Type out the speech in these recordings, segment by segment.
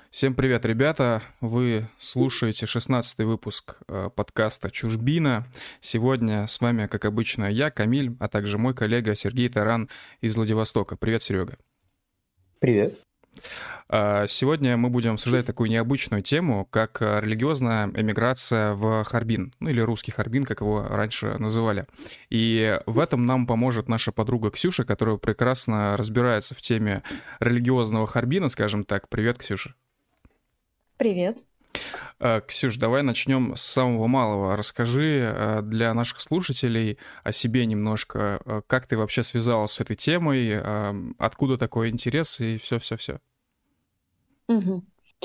Всем привет, ребята! Вы слушаете 16-й выпуск подкаста «Чужбина». Сегодня с вами, как обычно, я, Камиль, а также мой коллега Сергей Таран из Владивостока. Привет, Серега! Привет! Сегодня мы будем обсуждать такую необычную тему, как религиозная эмиграция в Харбин, ну или русский Харбин, как его раньше называли. И в этом нам поможет наша подруга Ксюша, которая прекрасно разбирается в теме религиозного Харбина, скажем так. Привет, Ксюша! Привет. Ксюш, давай начнем с самого малого. Расскажи для наших слушателей о себе немножко. Как ты вообще связалась с этой темой? Откуда такой интерес и все-все-все? Мгм.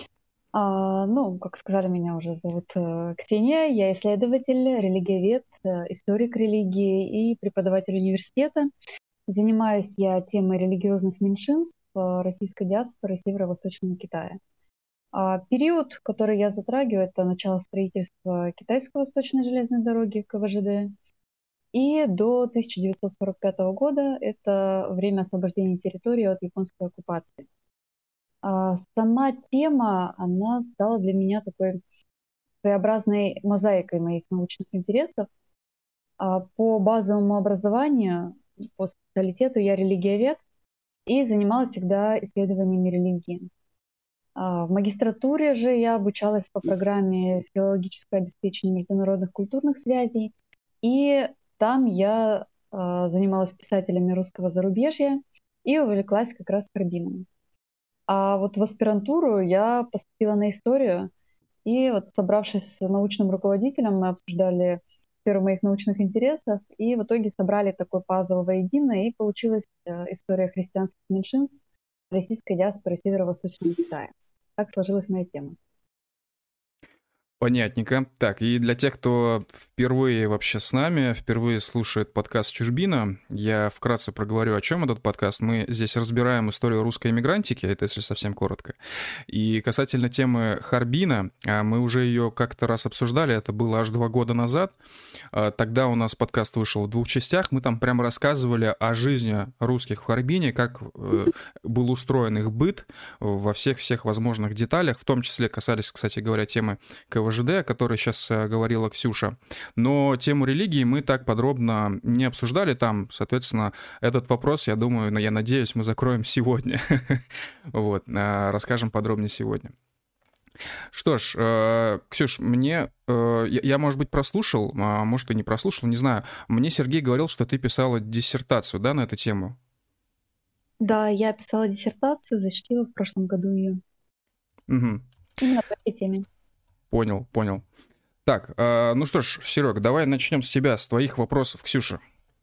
Как сказали, меня уже зовут Ксения. Я исследователь, религиовед, историк религии и преподаватель университета. Занимаюсь я темой религиозных меньшинств российской диаспоры Северо-Восточного Китая. Период, который я затрагиваю, это начало строительства Китайско-Восточной железной дороги КВЖД. И до 1945 года это время освобождения территории от японской оккупации. Сама тема, она стала для меня такой своеобразной мозаикой моих научных интересов. По базовому образованию, по специалитету я религиовед и занималась всегда исследованиями религии. В магистратуре же я обучалась по программе «Филологическое обеспечение международных культурных связей», и там я занималась писателями русского зарубежья и увлеклась как раз Харбином. А вот в аспирантуру я поступила на историю, и вот собравшись с научным руководителем, мы обсуждали сферу моих научных интересов, и в итоге собрали такой пазл воедино, и получилась история христианских меньшинств российской диаспоры Северо-Восточного Китая. Так сложилась моя тема. Понятненько. Так, и для тех, кто впервые вообще с нами, впервые слушает подкаст «Чужбина», я вкратце проговорю, о чем этот подкаст. Мы здесь разбираем историю русской эмигрантики, это если совсем коротко. И касательно темы Харбина, мы уже ее как-то раз обсуждали, это было аж 2 года назад. Тогда у нас подкаст вышел в 2 частях, мы там прямо рассказывали о жизни русских в Харбине, как был устроен их быт во всех возможных деталях, в том числе касались, кстати говоря, темы КВЖД, о которой сейчас говорила Ксюша. Но тему религии мы так подробно не обсуждали там. Соответственно, этот вопрос, я думаю, я надеюсь, мы закроем сегодня. Вот, расскажем подробнее сегодня. Что ж, Ксюш, я, может быть, прослушал, а может, и не прослушал, не знаю. Мне Сергей говорил, что ты писала диссертацию, да, на эту тему? Да, я писала диссертацию, защитила в прошлом году ее. Угу. Именно по этой теме. Понял. Так, ну что ж, Серег, давай начнем с тебя, с твоих вопросов, Ксюша.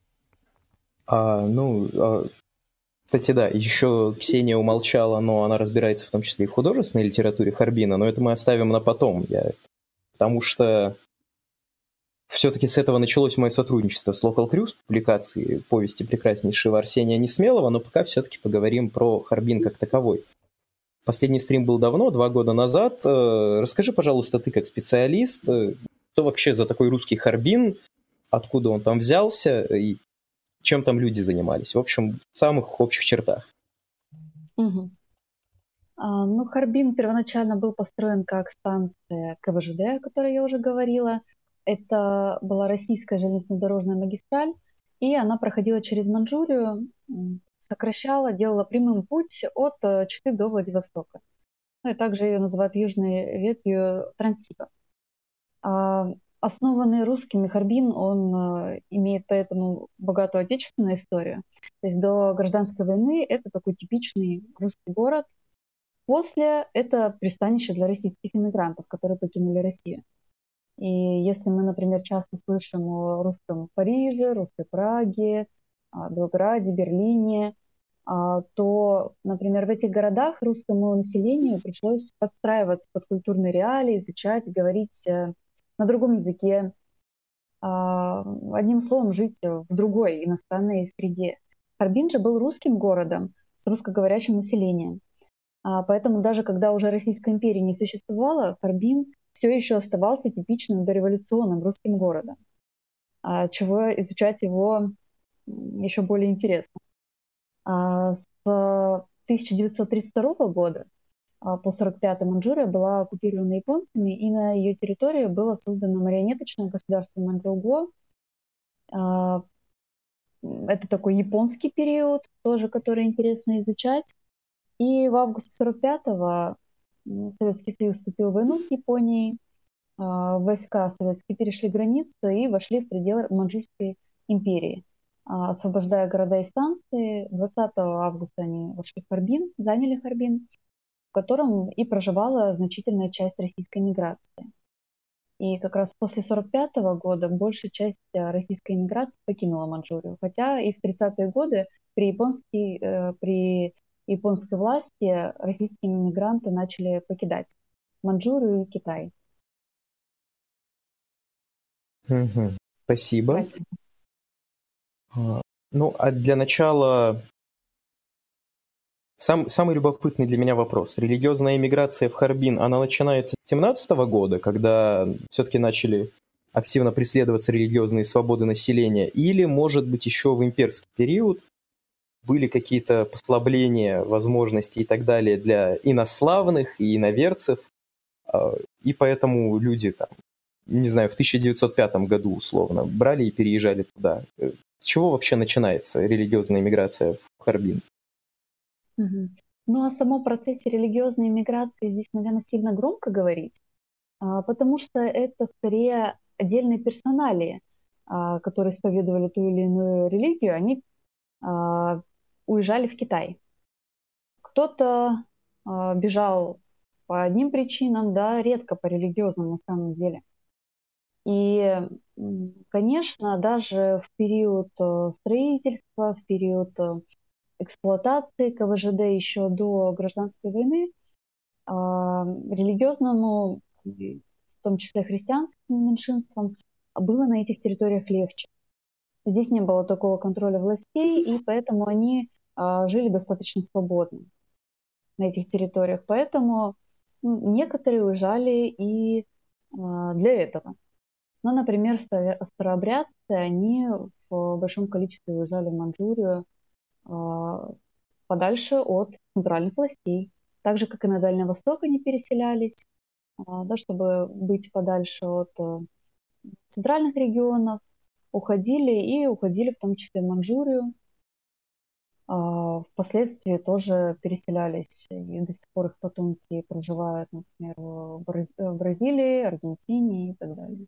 Кстати, да, еще Ксения умолчала, но она разбирается в том числе и в художественной литературе Харбина, но это мы оставим на потом, потому что все-таки с этого началось мое сотрудничество с Local Cruise, публикации повести прекраснейшего Арсения Несмелого, но пока все-таки поговорим про Харбин как таковой. Последний стрим был давно, 2 года назад. Расскажи, пожалуйста, ты как специалист, что вообще за такой русский Харбин, откуда он там взялся и чем там люди занимались? В общем, в самых общих чертах. Угу. Харбин первоначально был построен как станция КВЖД, о которой я уже говорила. Это была российская железнодорожная магистраль, и она проходила через Манчжурию, сокращала, делала прямым путь от Читы до Владивостока. Ну и также ее называют южной ветвью Транссиба. Основанный русскими Харбин, он имеет поэтому богатую отечественную историю. То есть до гражданской войны это такой типичный русский город. После это пристанище для российских иммигрантов, которые покинули Россию. И если мы, например, часто слышим о русском Париже, русской Праге, Белграде, Берлине, то, например, в этих городах русскому населению пришлось подстраиваться под культурные реалии, изучать, говорить на другом языке, одним словом, жить в другой иностранной среде. Харбин же был русским городом с русскоговорящим населением. Поэтому даже когда уже Российской империи не существовало, Харбин все еще оставался типичным дореволюционным русским городом, чего изучать его еще более интересно. С 1932 года по 1945-м Маньчжурия была оккупирована японцами, и на ее территории было создано марионеточное государство Маньчжоу-Го. Это такой японский период, тоже который интересно изучать. И в августе 1945-го Советский Союз вступил в войну с Японией. Войска советские перешли границу и вошли в пределы Маньчжурской империи, освобождая города и станции. 20 августа они вошли в Харбин, заняли Харбин, в котором и проживала значительная часть российской миграции. И как раз после 1945 года большая часть российской иммиграции покинула Маньчжурию. Хотя и в 30-е годы при японской власти российские иммигранты начали покидать Маньчжурию и Китай. Угу. Спасибо. Спасибо. Ну, а для начала самый любопытный для меня вопрос. Религиозная эмиграция в Харбин, она начинается с 1917 года, когда все-таки начали активно преследоваться религиозные свободы населения, или, может быть, еще в имперский период были какие-то послабления, возможности и так далее для инославных и иноверцев, и поэтому люди там, не знаю, в 1905 году условно брали и переезжали туда. С чего вообще начинается религиозная эмиграция в Харбин? Ну, о самом процессе религиозной эмиграции здесь, наверное, сильно громко говорить, потому что это скорее отдельные персоналии, которые исповедовали ту или иную религию, они уезжали в Китай. Кто-то бежал по одним причинам, да, редко по религиозным на самом деле. И, конечно, даже в период строительства, в период эксплуатации КВЖД еще до гражданской войны религиозному, в том числе христианским меньшинствам, было на этих территориях легче. Здесь не было такого контроля властей, и поэтому они жили достаточно свободно на этих территориях. Поэтому некоторые уезжали и для этого. Ну, например, старообрядцы, они в большом количестве уезжали в Маньчжурию подальше от центральных властей. Так же, как и на Дальний Восток они переселялись, да, чтобы быть подальше от центральных регионов, уходили в том числе в Маньчжурию. Впоследствии тоже переселялись, и до сих пор их потомки проживают, например, в Бразилии, Аргентине и так далее.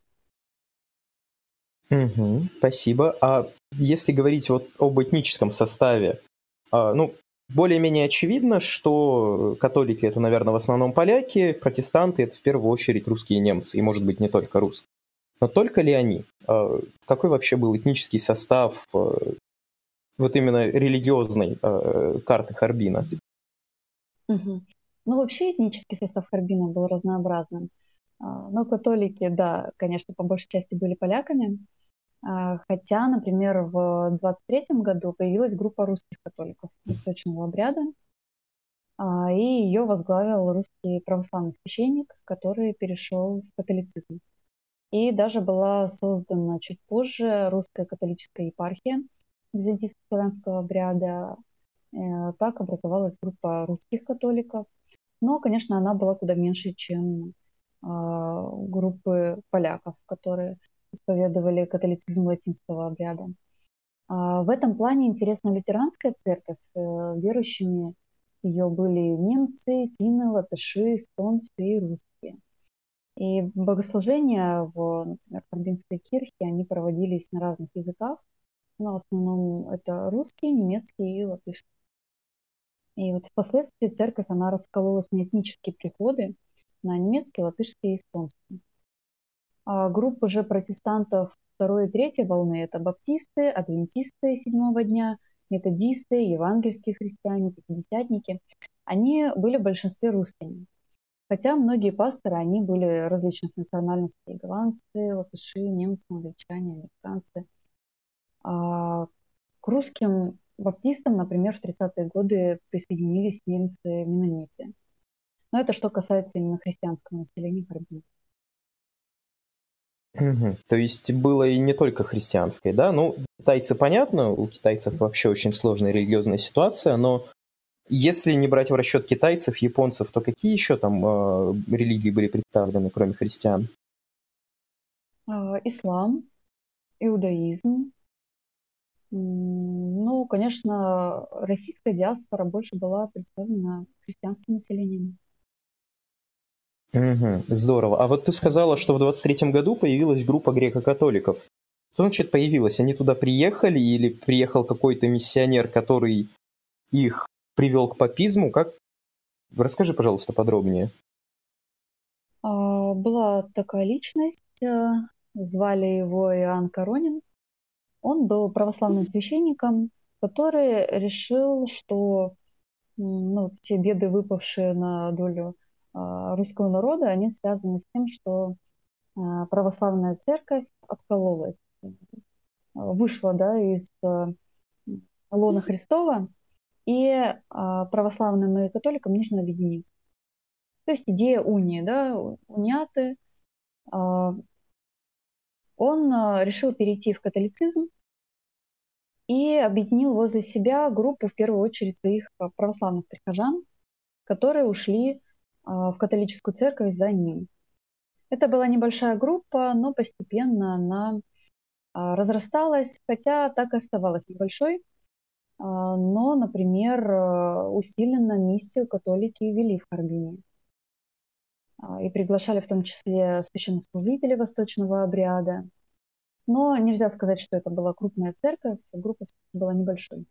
Угу, спасибо. А если говорить вот об этническом составе, ну, более-менее очевидно, что католики — это, наверное, в основном поляки, протестанты — это в первую очередь русские и немцы, и, может быть, не только русские. Но только ли они? Какой вообще был этнический состав вот именно религиозной карты Харбина? Ну, вообще этнический состав Харбина был разнообразным. Но католики, да, конечно, по большей части были поляками. Хотя, например, в 23-м году появилась группа русских католиков восточного обряда, и ее возглавил русский православный священник, который перешел в католицизм. И даже была создана чуть позже русская католическая епархия византийско-славянского обряда. Так образовалась группа русских католиков. Но, конечно, она была куда меньше, чем группы поляков, которые исповедовали католицизм латинского обряда. В этом плане интересна лютеранская церковь. Верующими ее были немцы, финны, латыши, эстонцы и русские. И богослужения в, например, Харбинской кирхе, они проводились на разных языках, но в основном это русский, немецкий и латышский. И вот впоследствии церковь, она раскололась на этнические приходы, на немецкий, латышский и эстонский. А группы же протестантов второй и третьей волны — это баптисты, адвентисты седьмого дня, методисты, евангельские христиане, пятидесятники. Они были в большинстве русскими. Хотя многие пасторы, они были различных национальностей: голландцы, латыши, немцы, англичане, американцы. А к русским баптистам, например, в 30-е годы присоединились немцы-менониты. Но это что касается именно христианского населения Харбина. Угу. То есть было и не только христианское, да? Ну, китайцы, понятно, у китайцев вообще очень сложная религиозная ситуация, но Если не брать в расчет китайцев, японцев, то какие еще там религии были представлены, кроме христиан? Ислам, иудаизм. Ну, конечно, российская диаспора больше была представлена христианским населением. Угу, здорово. А вот ты сказала, что в 23-м году появилась группа греко-католиков. Что значит появилась? Они туда приехали или приехал какой-то миссионер, который их привел к папизму? Как? Расскажи, пожалуйста, подробнее. Была такая личность, звали его Иоанн Коронин. Он был православным священником, который решил, что те беды, выпавшие на долю русского народа, они связаны с тем, что православная церковь откололась, вышла, да, из лона Христова, и православным и католикам нужно объединиться. То есть идея унии, да, униаты. Он решил перейти в католицизм и объединил возле себя группу, в первую очередь, своих православных прихожан, которые ушли в католическую церковь за ним. Это была небольшая группа, но постепенно она разрасталась, хотя так и оставалась небольшой. Но, например, усиленно миссию католики вели в Харбине. И приглашали в том числе священнослужителей восточного обряда. Но нельзя сказать, что это была крупная церковь, группа была небольшой.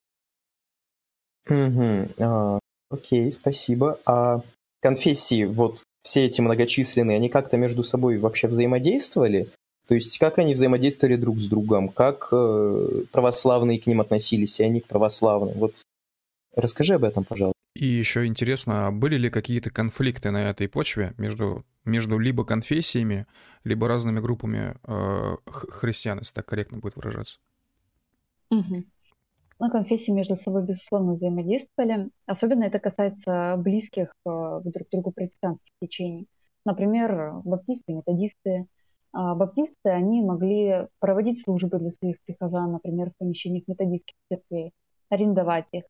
Угу. Окей, спасибо. А конфессии, вот все эти многочисленные, они как-то между собой вообще взаимодействовали? То есть как они взаимодействовали друг с другом? Как православные к ним относились, и они к православным? Вот расскажи об этом, пожалуйста. И еще интересно, а были ли какие-то конфликты на этой почве между либо конфессиями, либо разными группами христиан, если так корректно будет выражаться? Угу. Но конфессии между собой, безусловно, взаимодействовали. Особенно это касается близких друг к другу протестантских течений. Например, баптисты, методисты. Баптисты, они могли проводить службы для своих прихожан, например, в помещениях методистских церквей, арендовать их,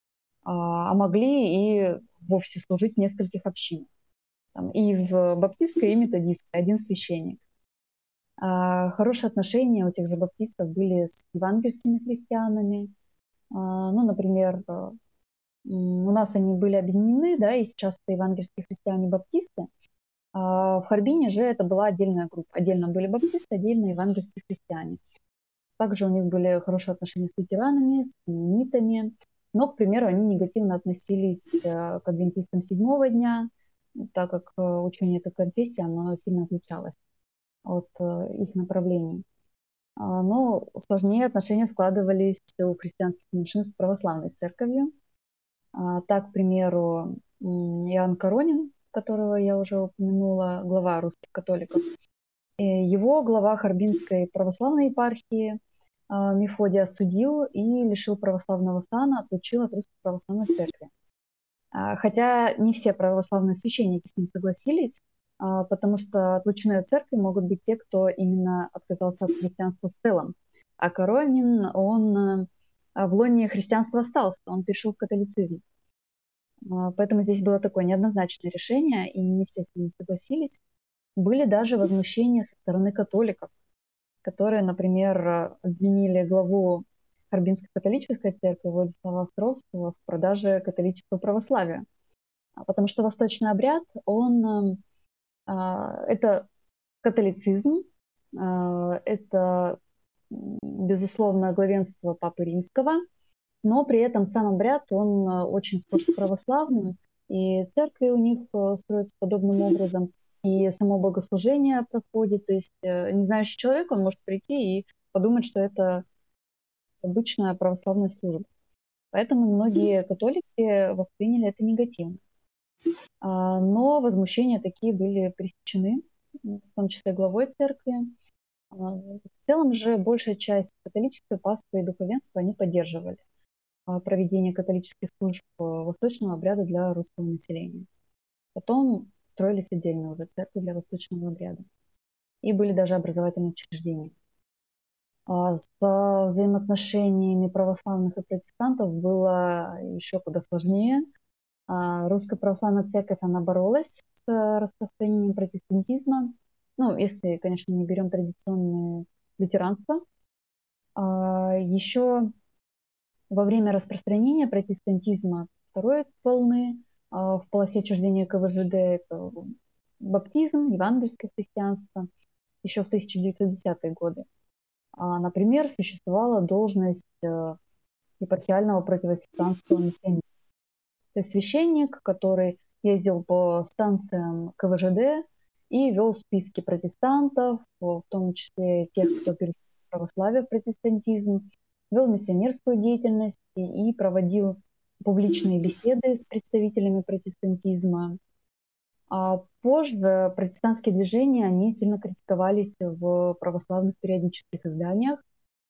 а могли и вовсе служить в нескольких общинах. И в баптистской, и методистской один священник. Хорошие отношения у тех же баптистов были с евангельскими христианами. Ну, например, у нас они были объединены, да, и сейчас это евангельские христиане-баптисты. В Харбине же это была отдельная группа. Отдельно были баптисты, отдельно евангельские христиане. Также у них были хорошие отношения с лютеранами, с менонитами. Но, к примеру, они негативно относились к адвентистам седьмого дня, так как учение этой конфессии, оно сильно отличалось от их направлений. Но сложнее отношения складывались у христианских меньшинств с православной церковью. Так, к примеру, Иоанн Коронин, которого я уже упомянула, глава русских католиков, его глава Харбинской православной епархии Мефодий осудил и лишил православного сана, отлучил от русской православной церкви. Хотя не все православные священники с ним согласились, потому что отлученные от церкви могут быть те, кто именно отказался от христианства в целом. А Коронин, он в лоне христианства остался, он перешел в католицизм. Поэтому здесь было такое неоднозначное решение, и не все с ним согласились. Были даже возмущения со стороны католиков, которые, например, обвинили главу Харбинской католической церкви Владислава Островского в продаже католического православия. Потому что восточный обряд, это католицизм, это, безусловно, главенство Папы Римского, но при этом сам обряд, он очень схож с православным, и церкви у них строятся подобным образом, и само богослужение проходит, то есть не знающий человек, он может прийти и подумать, что это обычная православная служба. Поэтому многие католики восприняли это негативно. Но возмущения такие были пресечены, в том числе главой церкви. В целом же большая часть католического паства и духовенства они поддерживали проведение католических служб восточного обряда для русского населения. Потом строились отдельные уже церкви для восточного обряда. И были даже образовательные учреждения. С взаимоотношениями православных и протестантов было еще куда сложнее. Русская православная церковь, она боролась с распространением протестантизма. Ну, если, конечно, не берем традиционное лютеранство. Еще во время распространения протестантизма второй волны в полосе отчуждения КВЖД это баптизм, евангельское христианство, еще в 1910-е годы. Например, существовала должность епархиального противосектантского миссионера. То есть священник, который ездил по станциям КВЖД и вел списки протестантов, в том числе тех, кто перешел в православие, в протестантизм, вел миссионерскую деятельность и проводил публичные беседы с представителями протестантизма. А позже протестантские движения, они сильно критиковались в православных периодических изданиях.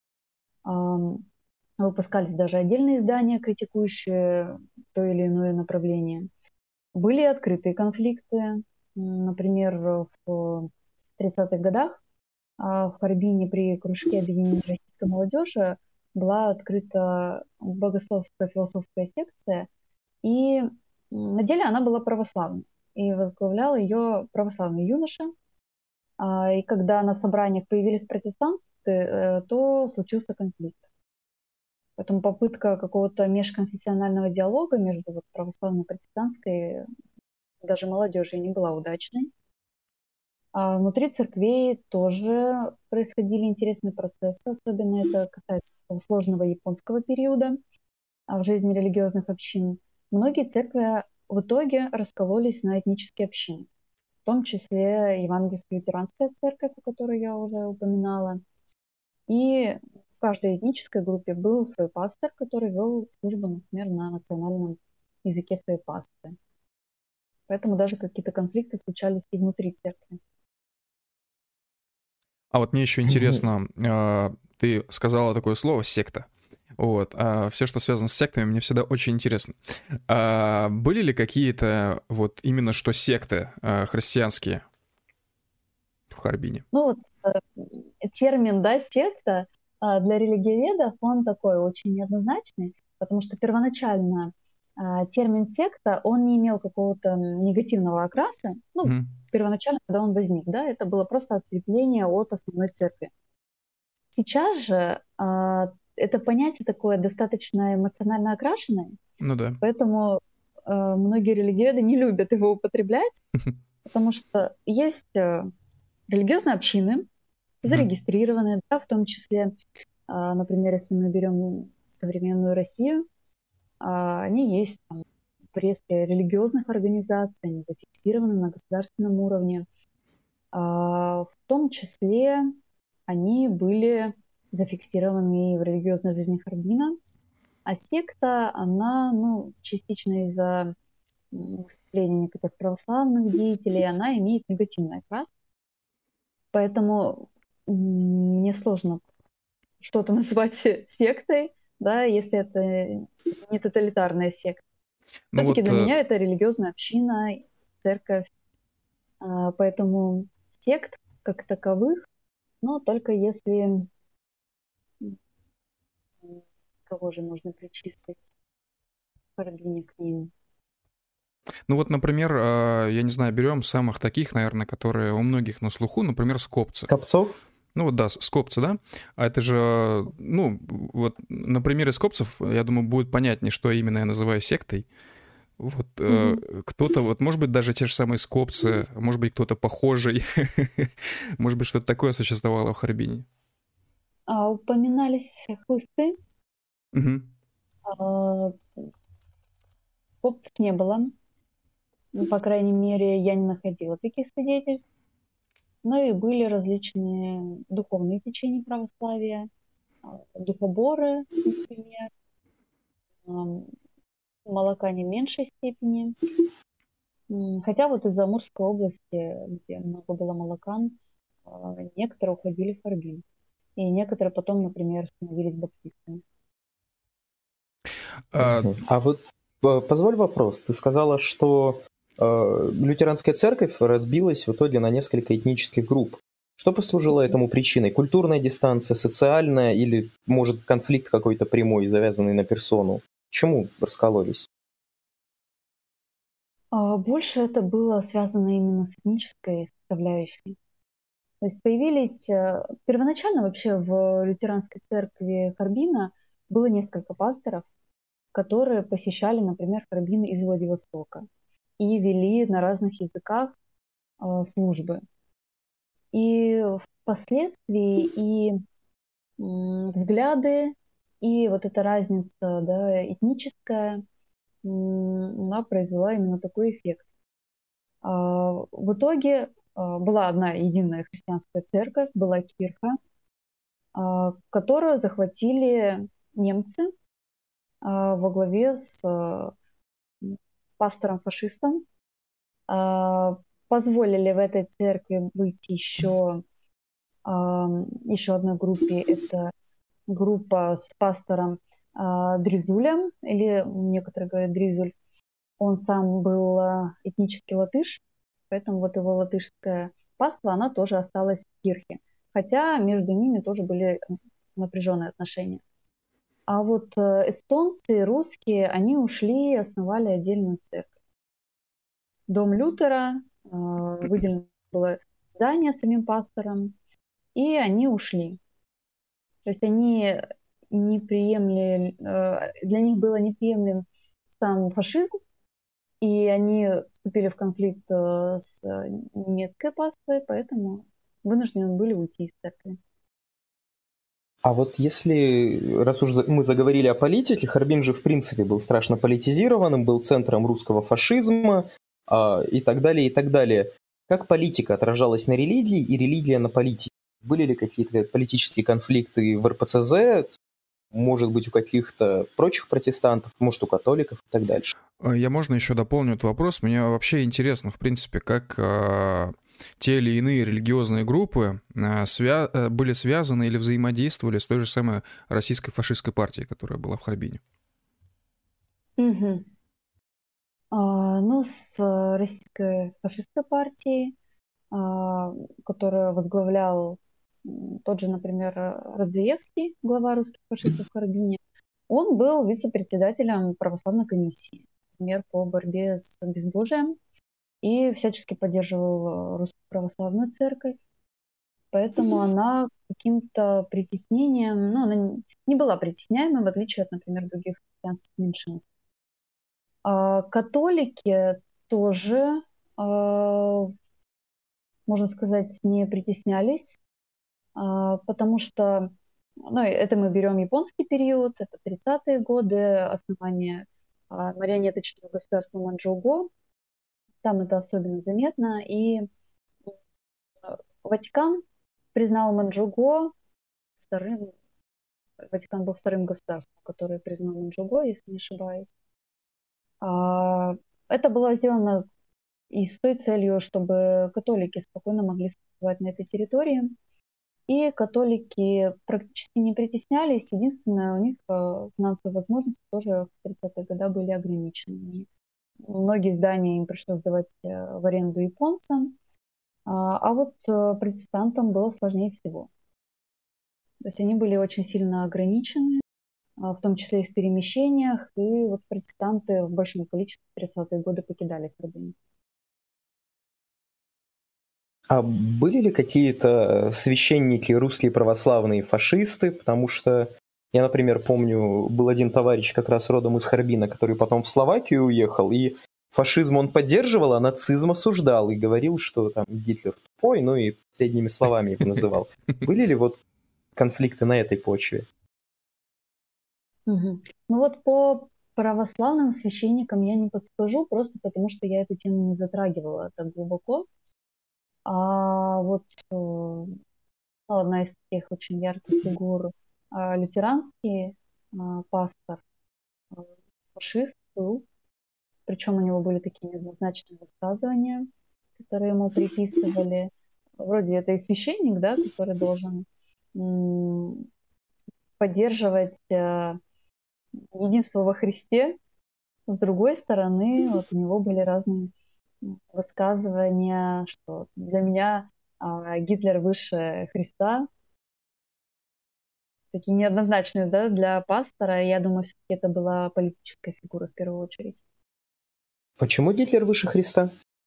Выпускались даже отдельные издания, критикующие то или иное направление. Были открытые конфликты. Например, в 30-х годах в Харбине при кружке объединения российской молодежи была открыта богословская философская секция, и на деле она была православной, и возглавлял ее православный юноша. И когда на собраниях появились протестанты, то случился конфликт. Поэтому попытка какого-то межконфессионального диалога между православной и протестантской даже молодежью не была удачной. А внутри церквей тоже происходили интересные процессы, особенно это касается сложного японского периода в жизни религиозных общин. Многие церкви в итоге раскололись на этнические общины, в том числе Евангельская лютеранская церковь, о которой я уже упоминала. И в каждой этнической группе был свой пастор, который вел службу, например, на национальном языке своей паствы. Поэтому даже какие-то конфликты случались и внутри церкви. А вот мне еще интересно, ты сказала такое слово «секта». Вот, все, что связано с сектами, мне всегда очень интересно. Были ли какие-то вот именно что секты христианские в Харбине? Ну вот термин, да, секта для религиоведов, он такой очень неоднозначный, потому что первоначально термин секта, он не имел какого-то негативного окраса. Ну, первоначально, когда он возник, да, это было просто ответвление от основной церкви. Сейчас же это понятие такое достаточно эмоционально окрашенное, ну да. Поэтому многие религиоведы не любят его употреблять, потому что есть религиозные общины, зарегистрированные, да, в том числе, например, если мы берем современную Россию, они есть там, в реестре религиозных организаций, они зафиксированы на государственном уровне. В том числе они были зафиксированы и в религиозной жизни Харбина. А секта, она, частично из-за выступления некоторых православных деятелей, она имеет негативный окрас. Поэтому мне сложно что-то назвать сектой, да, если это не тоталитарная секта. Все-таки для меня это религиозная община, церковь. Поэтому сект как таковых, но только если... Кого же можно причислить в Харбине к ним? Ну вот, например, я не знаю, берем самых таких, наверное, которые у многих на слуху, например, скопцы. Скопцов? Ну вот да, скопцы, да? А это же, ну, вот на примере скопцев, я думаю, будет понятнее, что именно я называю сектой. Вот кто-то, вот, может быть, даже те же самые скопцы, может быть, кто-то похожий, может быть, что-то такое существовало в Харбине. Упоминались хлысты. Скопцев не было. По крайней мере, я не находила таких свидетельств. Но и были различные духовные течения православия, духоборы, например, молокане в меньшей степени. Хотя вот из Амурской области, где много было молокан, некоторые уходили в Харбин. И некоторые потом, например, становились баптистами. А вот позволь вопрос. Ты сказала, что лютеранская церковь разбилась в итоге на несколько этнических групп. Что послужило этому причиной? Культурная дистанция, социальная или, может, конфликт какой-то прямой, завязанный на персону? Почему раскололись? Больше это было связано именно с этнической составляющей. То есть появились... Первоначально вообще в лютеранской церкви Харбина было несколько пасторов, которые посещали, например, Харбин из Владивостока и вели на разных языках службы. И впоследствии и взгляды, и вот эта разница, да, этническая, она произвела именно такой эффект. В итоге была одна единая христианская церковь, была кирха, которую захватили немцы во главе с пастором-фашистом. Позволили в этой церкви быть еще одной группе. Это группа с пастором Дризулем, или некоторые говорят Дризуль. Он сам был этнический латыш, поэтому вот его латышская паства, она тоже осталась в кирхе. Хотя между ними тоже были напряженные отношения. А вот эстонцы, русские, они ушли и основали отдельную церковь. Дом Лютера, выделено было здание самим пастором, и они ушли. То есть они не приемли, для них было неприемлем сам фашизм, и они вступили в конфликт с немецкой паствой, поэтому вынуждены были уйти из церкви. А вот если, раз уж мы заговорили о политике, Харбин же в принципе был страшно политизированным, был центром русского фашизма и так далее, и так далее. Как политика отражалась на религии и религия на политике? Были ли какие-то политические конфликты в РПЦЗ, может быть, у каких-то прочих протестантов, может, у католиков и так дальше? Я, можно, еще дополню этот вопрос? Мне вообще интересно, в принципе, как те или иные религиозные группы были связаны или взаимодействовали с той же самой российской фашистской партией, которая была в Харбине. Угу. С российской фашистской партией, которую возглавлял тот же, например, Радзиевский, глава русских фашистов в Харбине, он был вице-председателем православной комиссии, например, по борьбе с безбожием, и всячески поддерживал русскую православную церковь. Поэтому она каким-то притеснением, она не была притесняемой, в отличие от, например, других христианских меньшинств. Католики тоже, можно сказать, не притеснялись, потому что, это мы берем японский период, это 30-е годы, основание марионеточного государства Манчжоу-Го, там это особенно заметно, и Ватикан признал Манчжоу-Го вторым, Ватикан был вторым государством, которое признал Манчжоу-Го, если не ошибаюсь. Это было сделано и с той целью, чтобы католики спокойно могли существовать на этой территории. И католики практически не притеснялись. Единственное, у них финансовые возможности тоже в 30-е годы были ограничены. И многие здания им пришлось сдавать в аренду японцам. А вот протестантам было сложнее всего. То есть они были очень сильно ограничены, в том числе и в перемещениях, и вот протестанты в большом количестве в 30-е годы покидали Харбин. А были ли какие-то священники русские православные фашисты? Потому что я, например, помню, был один товарищ как раз родом из Харбина, который потом в Словакию уехал, и фашизм он поддерживал, а нацизм осуждал и говорил, что там Гитлер тупой, и последними словами его называл. Были ли вот конфликты на этой почве? По православным священникам я не подскажу, просто потому что я эту тему не затрагивала так глубоко. А вот одна из таких очень ярких фигур лютеранский пастор, фашист был, причем у него были такие неоднозначные высказывания, которые ему приписывали. Вроде это и священник, да, который должен поддерживать единство во Христе. С другой стороны, вот у него были разные высказывания, что для меня а Гитлер выше Христа. Такие неоднозначные, да, для пастора. Я думаю, все-таки это была политическая фигура в первую очередь. Почему Гитлер выше Христа?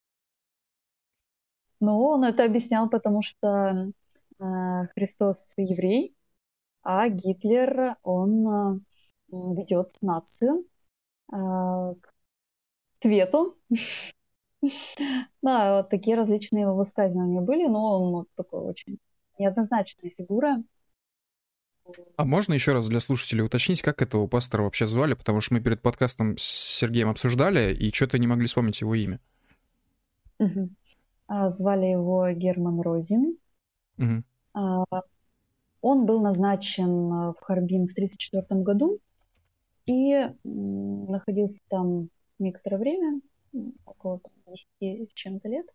Ну, он это объяснял, потому что Христос еврей, а Гитлер, он ведет нацию к свету. Да, вот такие различные его высказывания были, но он вот такой очень неоднозначная фигура. А можно еще раз для слушателей уточнить, как этого пастора вообще звали? Потому что мы перед подкастом с Сергеем обсуждали, и что-то не могли вспомнить его имя. Угу. Звали его Герман Розин. Угу. Он был назначен в Харбин в 1934 году и находился там некоторое время, около 10 с чем-то лет.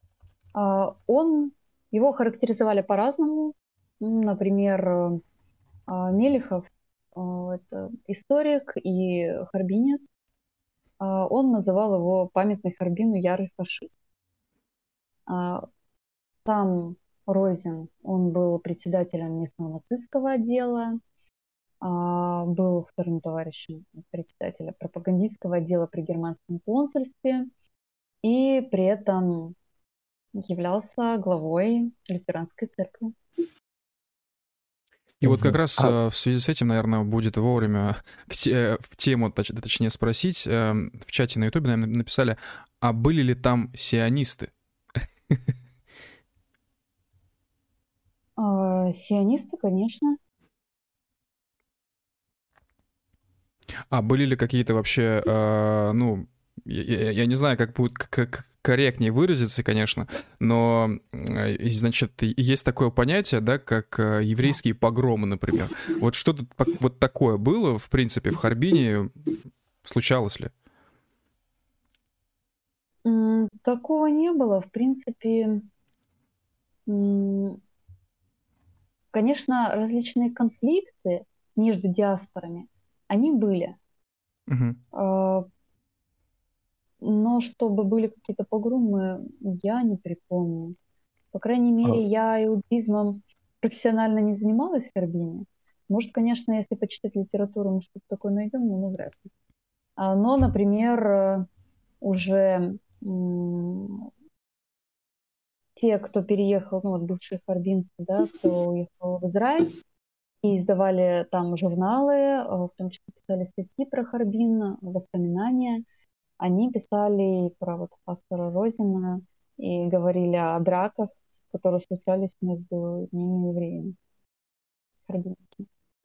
Его характеризовали по-разному. Например, Мелехов, это историк и харбинец, он называл его памятный Харбину ярый фашист. Сам Розин, он был председателем местного нацистского отдела, был вторым товарищем председателя пропагандистского отдела при германском консульстве и при этом являлся главой лютеранской церкви. И вот как раз в связи с этим, наверное, будет вовремя в тему, точнее, спросить. В чате на Ютубе, наверное, написали, а были ли там сионисты? Сионисты, конечно. А были ли какие-то вообще, я не знаю, как будет корректнее выразиться, конечно, но, значит, есть такое понятие, да, как еврейские погромы, например. Вот что-то вот такое было, в принципе, в Харбине? Случалось ли? Такого не было. В принципе, конечно, различные конфликты между диаспорами, они были. Угу. Но чтобы были какие-то погромы, я не припомню. По крайней мере, я иудаизмом профессионально не занималась в Харбине. Может, конечно, если почитать литературу, мы что-то такое найдем, но вряд ли. Но, например, уже те, кто переехал, ну вот бывшие харбинцы, да, кто уехал в Израиль, и издавали там журналы, в том числе писали статьи про Харбин, воспоминания. Они писали про вот пастора Розина и говорили о драках, которые случались между ними и евреями харбинскими.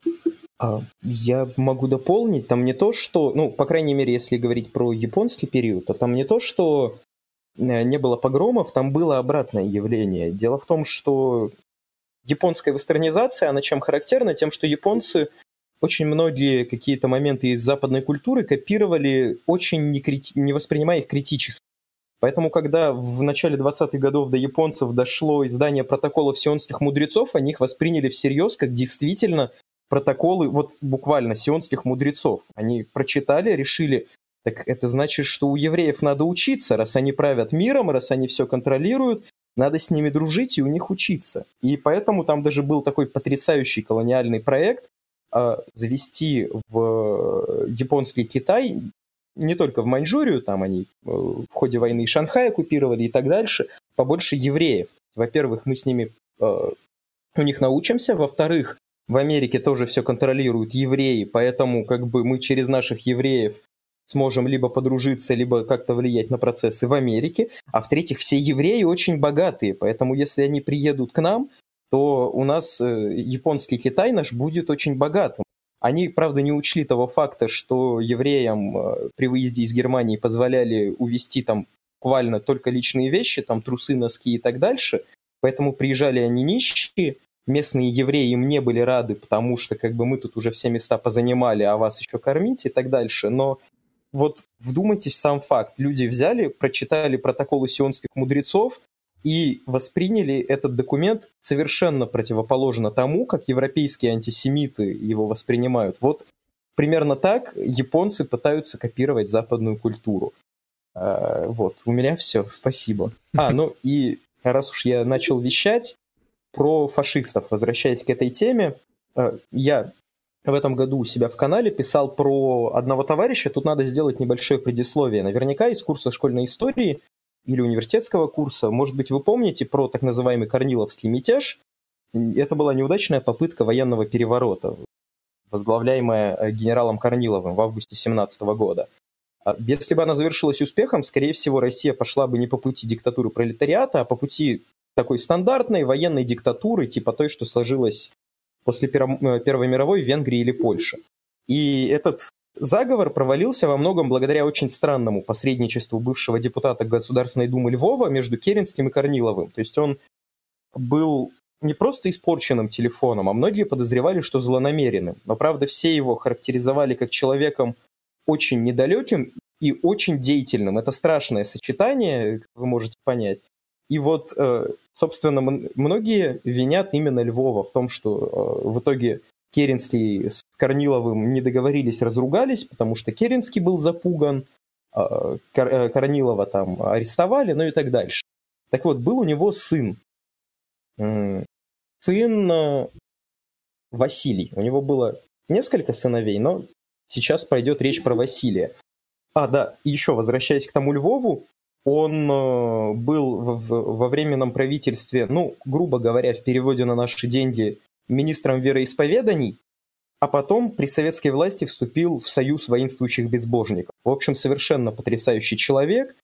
Я могу дополнить, там не то, что, ну, по крайней мере, если говорить про японский период, то там не то, что не было погромов, там было обратное явление. Дело в том, что японская вестернизация, она чем характерна? Тем, что японцы очень многие какие-то моменты из западной культуры копировали, очень не воспринимая их критически. Поэтому, когда в начале 20-х годов до японцев дошло издание протоколов сионских мудрецов, они их восприняли всерьез, как действительно протоколы, вот буквально сионских мудрецов. Они прочитали, решили, так это значит, что у евреев надо учиться, раз они правят миром, раз они все контролируют, надо с ними дружить и у них учиться. И поэтому там даже был такой потрясающий колониальный проект завести в японский Китай, не только в Маньчжурию, там они в ходе войны Шанхай оккупировали и так дальше, побольше евреев. Во-первых, мы с ними у них научимся, во-вторых, в Америке тоже все контролируют евреи, поэтому как бы мы через наших евреев сможем либо подружиться, либо как-то влиять на процессы в Америке. А в-третьих, все евреи очень богатые, поэтому если они приедут к нам, то у нас японский Китай наш будет очень богатым. Они, правда, не учли того факта, что евреям при выезде из Германии позволяли увезти там буквально только личные вещи, там трусы, носки и так дальше, поэтому приезжали они нищие, местные евреи им не были рады, потому что как бы мы тут уже все места позанимали, а вас еще кормить и так дальше. Но вот вдумайтесь в сам факт. Люди взяли, прочитали протоколы сионских мудрецов и восприняли этот документ совершенно противоположно тому, как европейские антисемиты его воспринимают. Вот примерно так японцы пытаются копировать западную культуру. Вот, у меня все, спасибо. Ну и раз уж я начал вещать про фашистов, возвращаясь к этой теме, я в этом году у себя в канале писал про одного товарища, тут надо сделать небольшое предисловие. Наверняка из курса школьной истории или университетского курса, может быть, вы помните про так называемый Корниловский мятеж. Это была неудачная попытка военного переворота, возглавляемая генералом Корниловым в августе 17 года. Если бы она завершилась успехом, скорее всего, Россия пошла бы не по пути диктатуры пролетариата, а по пути такой стандартной военной диктатуры, типа той, что сложилась после Первой мировой в Венгрии или Польше. И этот заговор провалился во многом благодаря очень странному посредничеству бывшего депутата Государственной Думы Львова между Керенским и Корниловым. То есть он был не просто испорченным телефоном, а многие подозревали, что злонамеренным. Но, правда, все его характеризовали как человеком очень недалеким и очень деятельным. Это страшное сочетание, как вы можете понять. И вот, собственно, многие винят именно Львова в том, что в итоге Керенский с Корниловым не договорились, разругались, потому что Керенский был запуган, Корнилова там арестовали, ну и так дальше. Так вот, был у него сын. Сын Василий. У него было несколько сыновей, но сейчас пойдет речь про Василия. Да, и еще возвращаясь к тому Львову, он был во временном правительстве, ну, грубо говоря, в переводе на наши деньги, министром вероисповеданий, а потом при советской власти вступил в союз воинствующих безбожников. В общем, совершенно потрясающий человек.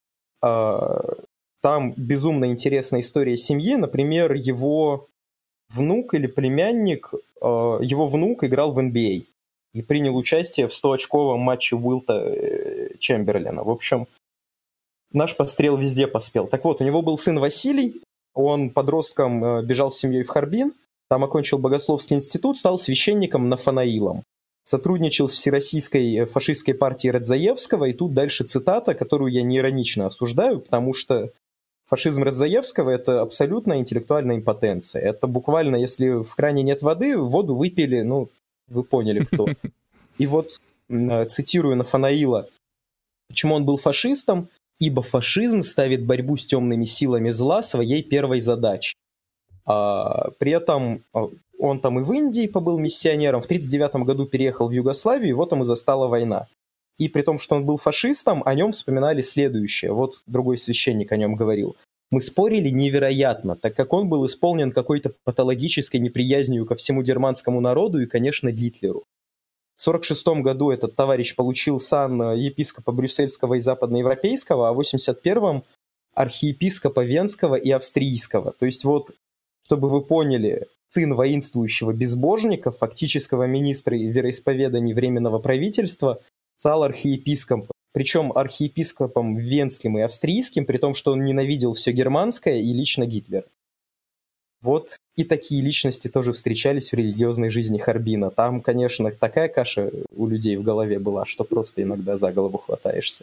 Там безумно интересная история семьи. Например, его внук или племянник, его внук играл в NBA и принял участие в 100-очковом матче Уилта Чемберлена. В общем, наш пострел везде поспел. Так вот, у него был сын Василий, он подростком бежал с семьей в Харбин, там окончил богословский институт, стал священником Нафанаилом. Сотрудничал с Всероссийской фашистской партией Радзаевского, и тут дальше цитата, которую я не иронично осуждаю, потому что фашизм Радзаевского – это абсолютная интеллектуальная импотенция. Это буквально, если в кране нет воды, воду выпили, ну, вы поняли кто. И вот, цитирую Нафанаила, почему он был фашистом? Ибо фашизм ставит борьбу с темными силами зла своей первой задачей. При этом он там и в Индии побыл миссионером, в 1939 году переехал в Югославию, его там и застала война. И при том, что он был фашистом, о нем вспоминали следующее. Вот другой священник о нем говорил. Мы спорили невероятно, так как он был исполнен какой-то патологической неприязнью ко всему германскому народу и, конечно, Гитлеру. В 1946 году этот товарищ получил сан епископа Брюссельского и Западноевропейского, а в 1981 архиепископа Венского и Австрийского. То есть вот, чтобы вы поняли, сын воинствующего безбожника, фактического министра вероисповеданий Временного правительства, стал архиепископом. Причем архиепископом венским и австрийским, при том, что он ненавидел все германское и лично Гитлер. Вот и такие личности тоже встречались в религиозной жизни Харбина. Там, конечно, такая каша у людей в голове была, что просто иногда за голову хватаешься.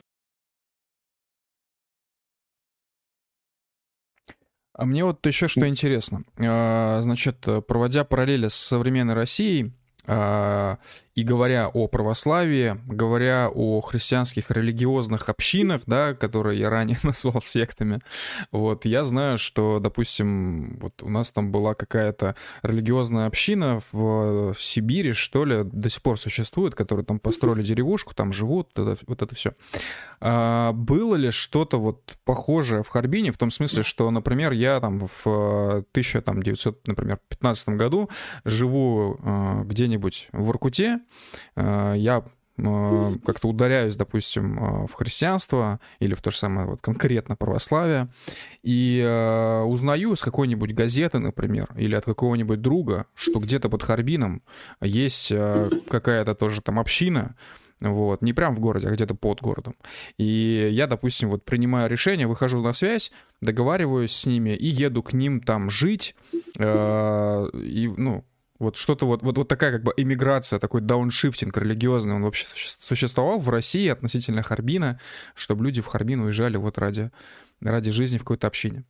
А мне вот еще что интересно. Значит, проводя параллели с современной Россией, и говоря о православии, говоря о христианских религиозных общинах, да, которые я ранее назвал сектами, вот, я знаю, что, допустим, вот у нас там была какая-то религиозная община в Сибири, что ли, до сих пор существует, которые там построили деревушку, там живут, вот это все. Было ли что-то вот похожее в Харбине, в том смысле, что, например, я там в 1915 году живу где-нибудь в Воркуте, я как-то ударяюсь, допустим, в христианство или в то же самое вот конкретно православие и узнаю с какой-нибудь газеты, например, или от какого-нибудь друга, что где-то под Харбином есть какая-то тоже там община, вот, не прям в городе, а где-то под городом. И я, допустим, вот принимаю решение, выхожу на связь, договариваюсь с ними и еду к ним там жить, и, ну, вот что-то вот такая как бы эмиграция, такой дауншифтинг религиозный, он вообще существовал в России относительно Харбина, чтобы люди в Харбин уезжали вот ради жизни в какой-то общине.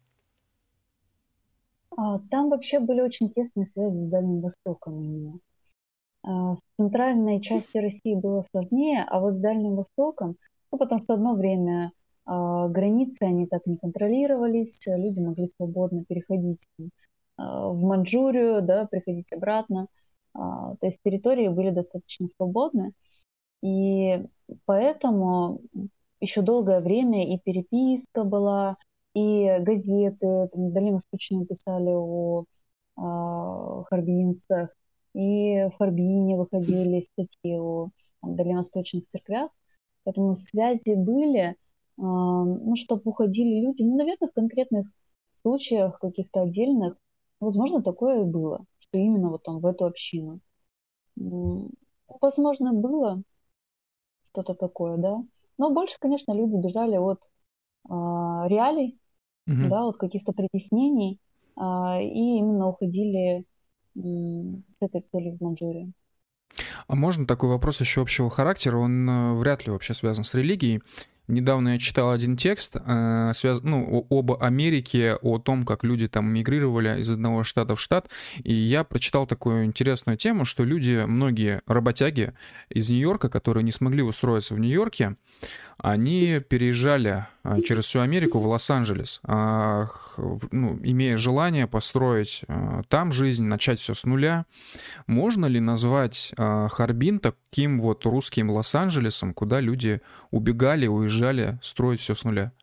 Там вообще были очень тесные связи с Дальним Востоком именно. С центральной частью России было сложнее, а вот с Дальним Востоком, ну, потому что одно время Границы, они так не контролировались, люди могли свободно переходить в Маньчжурию, да, приходить обратно. То есть территории были достаточно свободны, и поэтому еще долгое время и переписка была, и газеты там, дальневосточные писали о харбинцах, и в Харбине выходили статьи о дальневосточных церквях, поэтому связи были, ну, чтобы уходили люди, ну, наверное, в конкретных случаях каких-то отдельных, возможно, такое и было, что именно вот там в эту общину. Возможно, было что-то такое, да. Но больше, конечно, люди бежали от реалий, да, от каких-то притеснений, и именно уходили с этой целью в Маньчжурию. А можно такой вопрос еще общего характера? Он вряд ли вообще связан с религией. Недавно я читал один текст, об Америке, о том, как люди там мигрировали из одного штата в штат, и я прочитал такую интересную тему, что люди, многие работяги из Нью-Йорка, которые не смогли устроиться в Нью-Йорке, они переезжали через всю Америку в Лос-Анджелес, имея желание построить там жизнь, начать все с нуля. Можно ли назвать Харбин таким вот русским Лос-Анджелесом, куда люди убегали, уезжали строить все с нуля?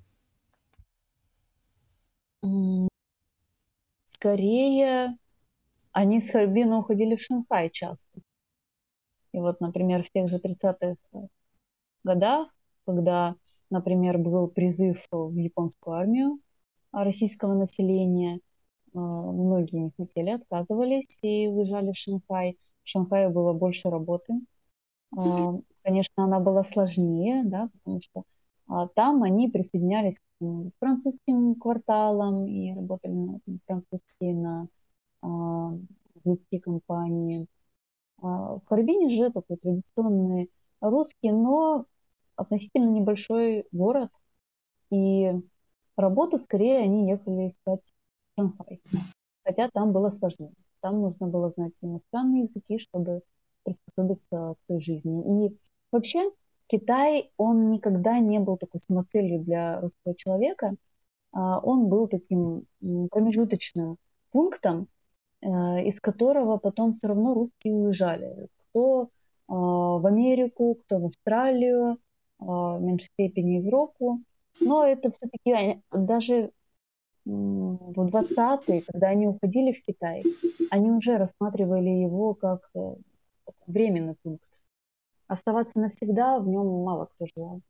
Скорее, они с Харбина уходили в Шанхай часто. И вот, например, в тех же 30-х годах, когда, например, был призыв в японскую армию российского населения, многие не хотели, отказывались и уезжали в Шанхай. В Шанхае было больше работы. Конечно, она была сложнее, да, потому что там они присоединялись к французским кварталам и работали на французские, на английские компании. В Харбине же такой традиционный русский, но относительно небольшой город, и работу скорее они ехали искать в Шанхай, хотя там было сложнее. Там нужно было знать иностранные языки, чтобы приспособиться к той жизни. И вообще Китай, он никогда не был такой самоцелью для русского человека. Он был таким промежуточным пунктом, из которого потом все равно русские уезжали. Кто в Америку, кто в Австралию, в меньшей степени в Европу. Но это все-таки даже в 20-е, когда они уходили в Китай, они уже рассматривали его как временный пункт. Оставаться навсегда в нем мало кто желал.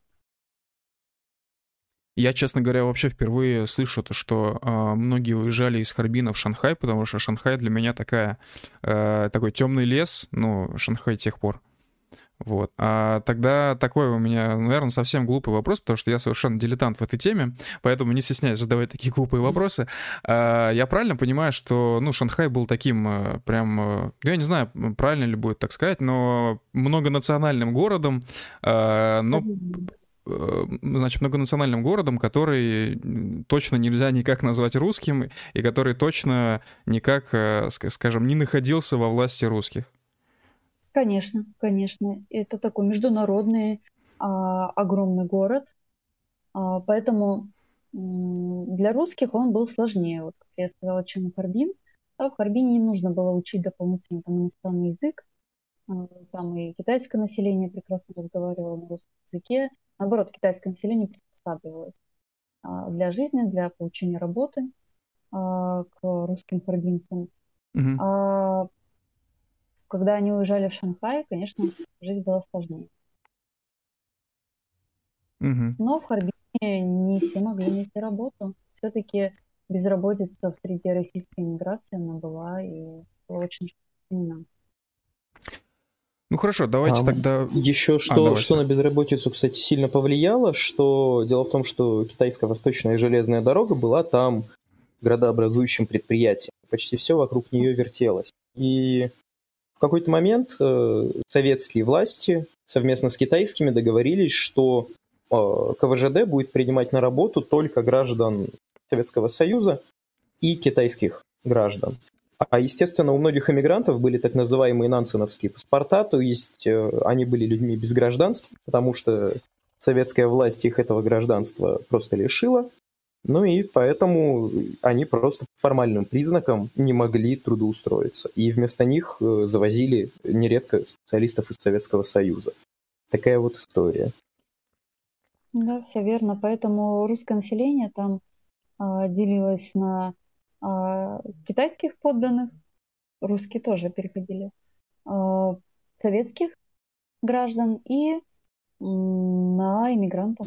Я, честно говоря, вообще впервые слышу то, что многие уезжали из Харбина в Шанхай, потому что Шанхай для меня такой темный лес, Шанхай тех пор. Вот. А тогда такой у меня, наверное, совсем глупый вопрос, потому что я совершенно дилетант в этой теме, поэтому не стесняюсь задавать такие глупые вопросы. Я правильно понимаю, что, Шанхай был таким прям, я не знаю, правильно ли будет так сказать, но многонациональным городом, многонациональным городом, который точно нельзя никак назвать русским, и который точно никак, скажем, не находился во власти русских. Конечно, конечно. Это такой международный огромный город, поэтому для русских он был сложнее, вот как я сказала, чем Харбин. В Харбине не нужно было учить дополнительно иностранный язык, там и китайское население прекрасно разговаривало на русском языке. Наоборот, китайское население приспосабливалось для жизни, для получения работы к русским харбинцам. Угу. Когда они уезжали в Шанхай, конечно, жизнь была сложнее. Угу. Но в Харбине не все могли найти работу. Все-таки безработица в среде российской иммиграции, она была и была очень сильна. Хорошо, давайте тогда... Еще что на безработицу, кстати, сильно повлияло, что дело в том, что китайская восточная железная дорога была там градообразующим предприятием. Почти все вокруг нее вертелось. И в какой-то момент советские власти совместно с китайскими договорились, что КВЖД будет принимать на работу только граждан Советского Союза и китайских граждан. А, естественно, у многих эмигрантов были так называемые нансеновские паспорта, то есть они были людьми без гражданства, потому что советская власть их этого гражданства просто лишила. Ну и поэтому они просто по формальным признакам не могли трудоустроиться. И вместо них завозили нередко специалистов из Советского Союза. Такая вот история. Да, все верно. Поэтому русское население там делилось на китайских подданных, русские тоже переходили, советских граждан и на иммигрантов.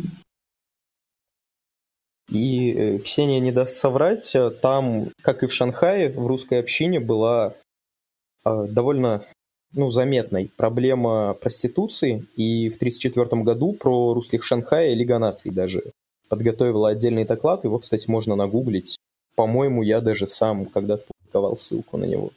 И Ксения не даст соврать, там, как и в Шанхае, в русской общине была довольно заметной проблема проституции. И в 1934 году про русских в Шанхае Лига наций даже подготовила отдельный доклад. Его, кстати, можно нагуглить. По-моему, я даже сам когда-то публиковал ссылку на него.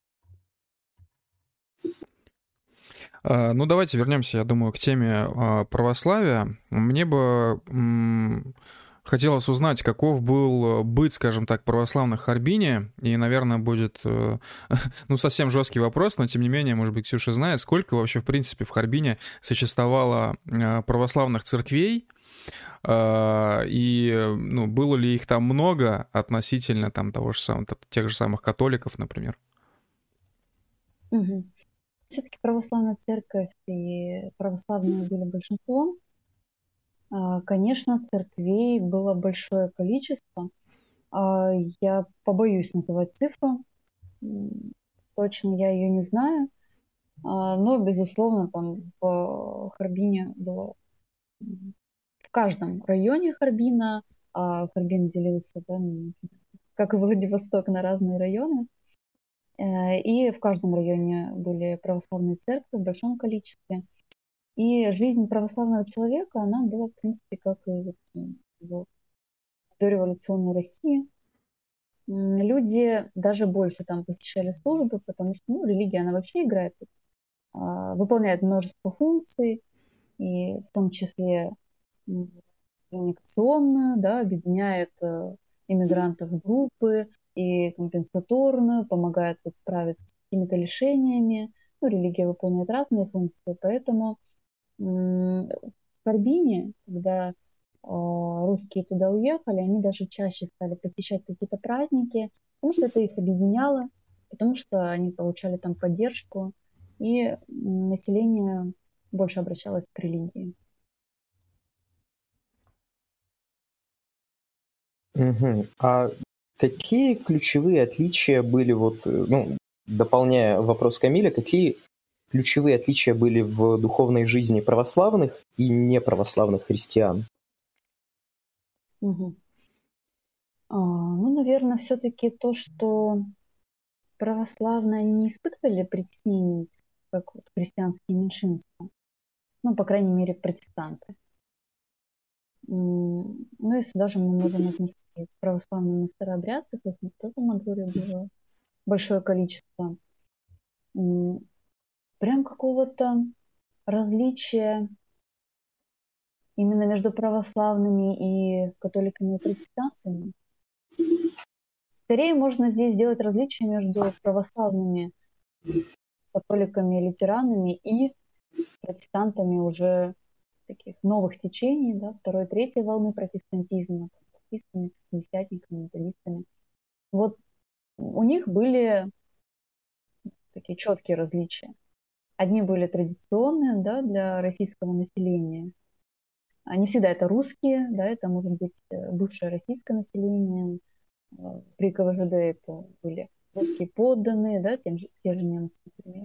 Ну, давайте вернемся, я думаю, к теме православия. Мне бы хотелось узнать, каков был быт, скажем так, православных в Харбине. И, наверное, будет, совсем жесткий вопрос, но, тем не менее, может быть, Ксюша знает, сколько вообще, в принципе, в Харбине существовало православных церквей, и было ли их там много относительно там тех же самых католиков, например? Угу. Все-таки православная церковь и православные были большинством. Конечно, церквей было большое количество. Я побоюсь называть цифру. Точно я ее не знаю. Но, безусловно, там в Харбине было в каждом районе Харбина. Харбин делился, да, как и Владивосток, на разные районы. И в каждом районе были православные церкви в большом количестве. И жизнь православного человека, она была, в принципе, как и в дореволюционной России. Люди даже больше там посещали службы, потому что религия, она вообще играет, выполняет множество функций, и в том числе коммуникационную, да, объединяет иммигрантов в группы, и компенсаторную, помогает справиться с какими-то лишениями. Религия выполняет разные функции, поэтому в Харбине, когда русские туда уехали, они даже чаще стали посещать какие-то праздники, потому что это их объединяло, потому что они получали там поддержку, и население больше обращалось к религии. Угу. А какие ключевые отличия были, дополняя вопрос Камиля, какие ключевые отличия были в духовной жизни православных и неправославных христиан? Угу. Наверное, все-таки то, что православные не испытывали притеснений, как христианские меньшинства. По крайней мере, протестанты. И сюда же мы можем отнести православные старообрядцев, их тоже в Мадуре было большое количество. Прям какого-то различия именно между православными и католиками и протестантами. Скорее можно здесь сделать различие между православными католиками, лютеранами и протестантами уже таких новых течений, да, второй, третьей волны протестантизма, баптистами, пятидесятниками, методистами. Вот у них были такие четкие различия. Одни были традиционные, да, для российского населения. Не всегда это русские, да, это может быть бывшее российское население. При КВЖД это были русские подданные, да, те же немцы, например.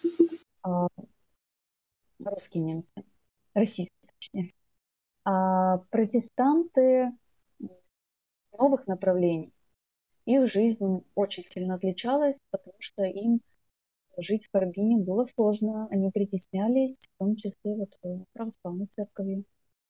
Русские немцы, российские, точнее. А протестанты новых направлений, их жизнь очень сильно отличалась, потому что им жить в Харбине было сложно, они притеснялись, в том числе православной церковью.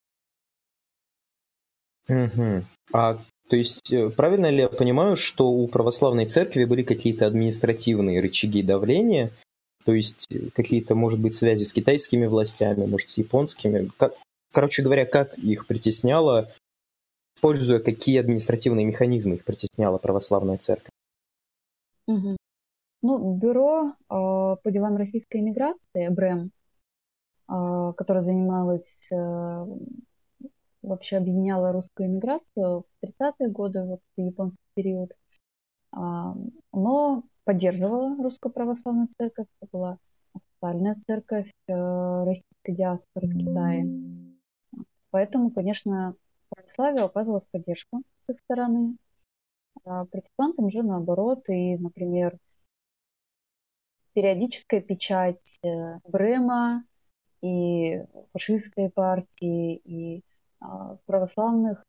Угу. То есть, правильно ли я понимаю, что у православной церкви были какие-то административные рычаги давления, то есть какие-то, может быть, связи с китайскими властями, может, с японскими? Короче говоря, как их притесняло, используя какие административные механизмы их притесняла православная церковь? Угу. Бюро по делам российской эмиграции, БРЭМ, которая занималась, вообще объединяла русскую эмиграцию в 30-е годы, вот в японский период, но поддерживала Русскую Православную Церковь, это была официальная церковь российской диаспоры в Китае. Поэтому, конечно, православию оказывалась поддержка с их стороны. Протестантам же наоборот, и, например, периодическая печать Брэма и фашистской партии, и православных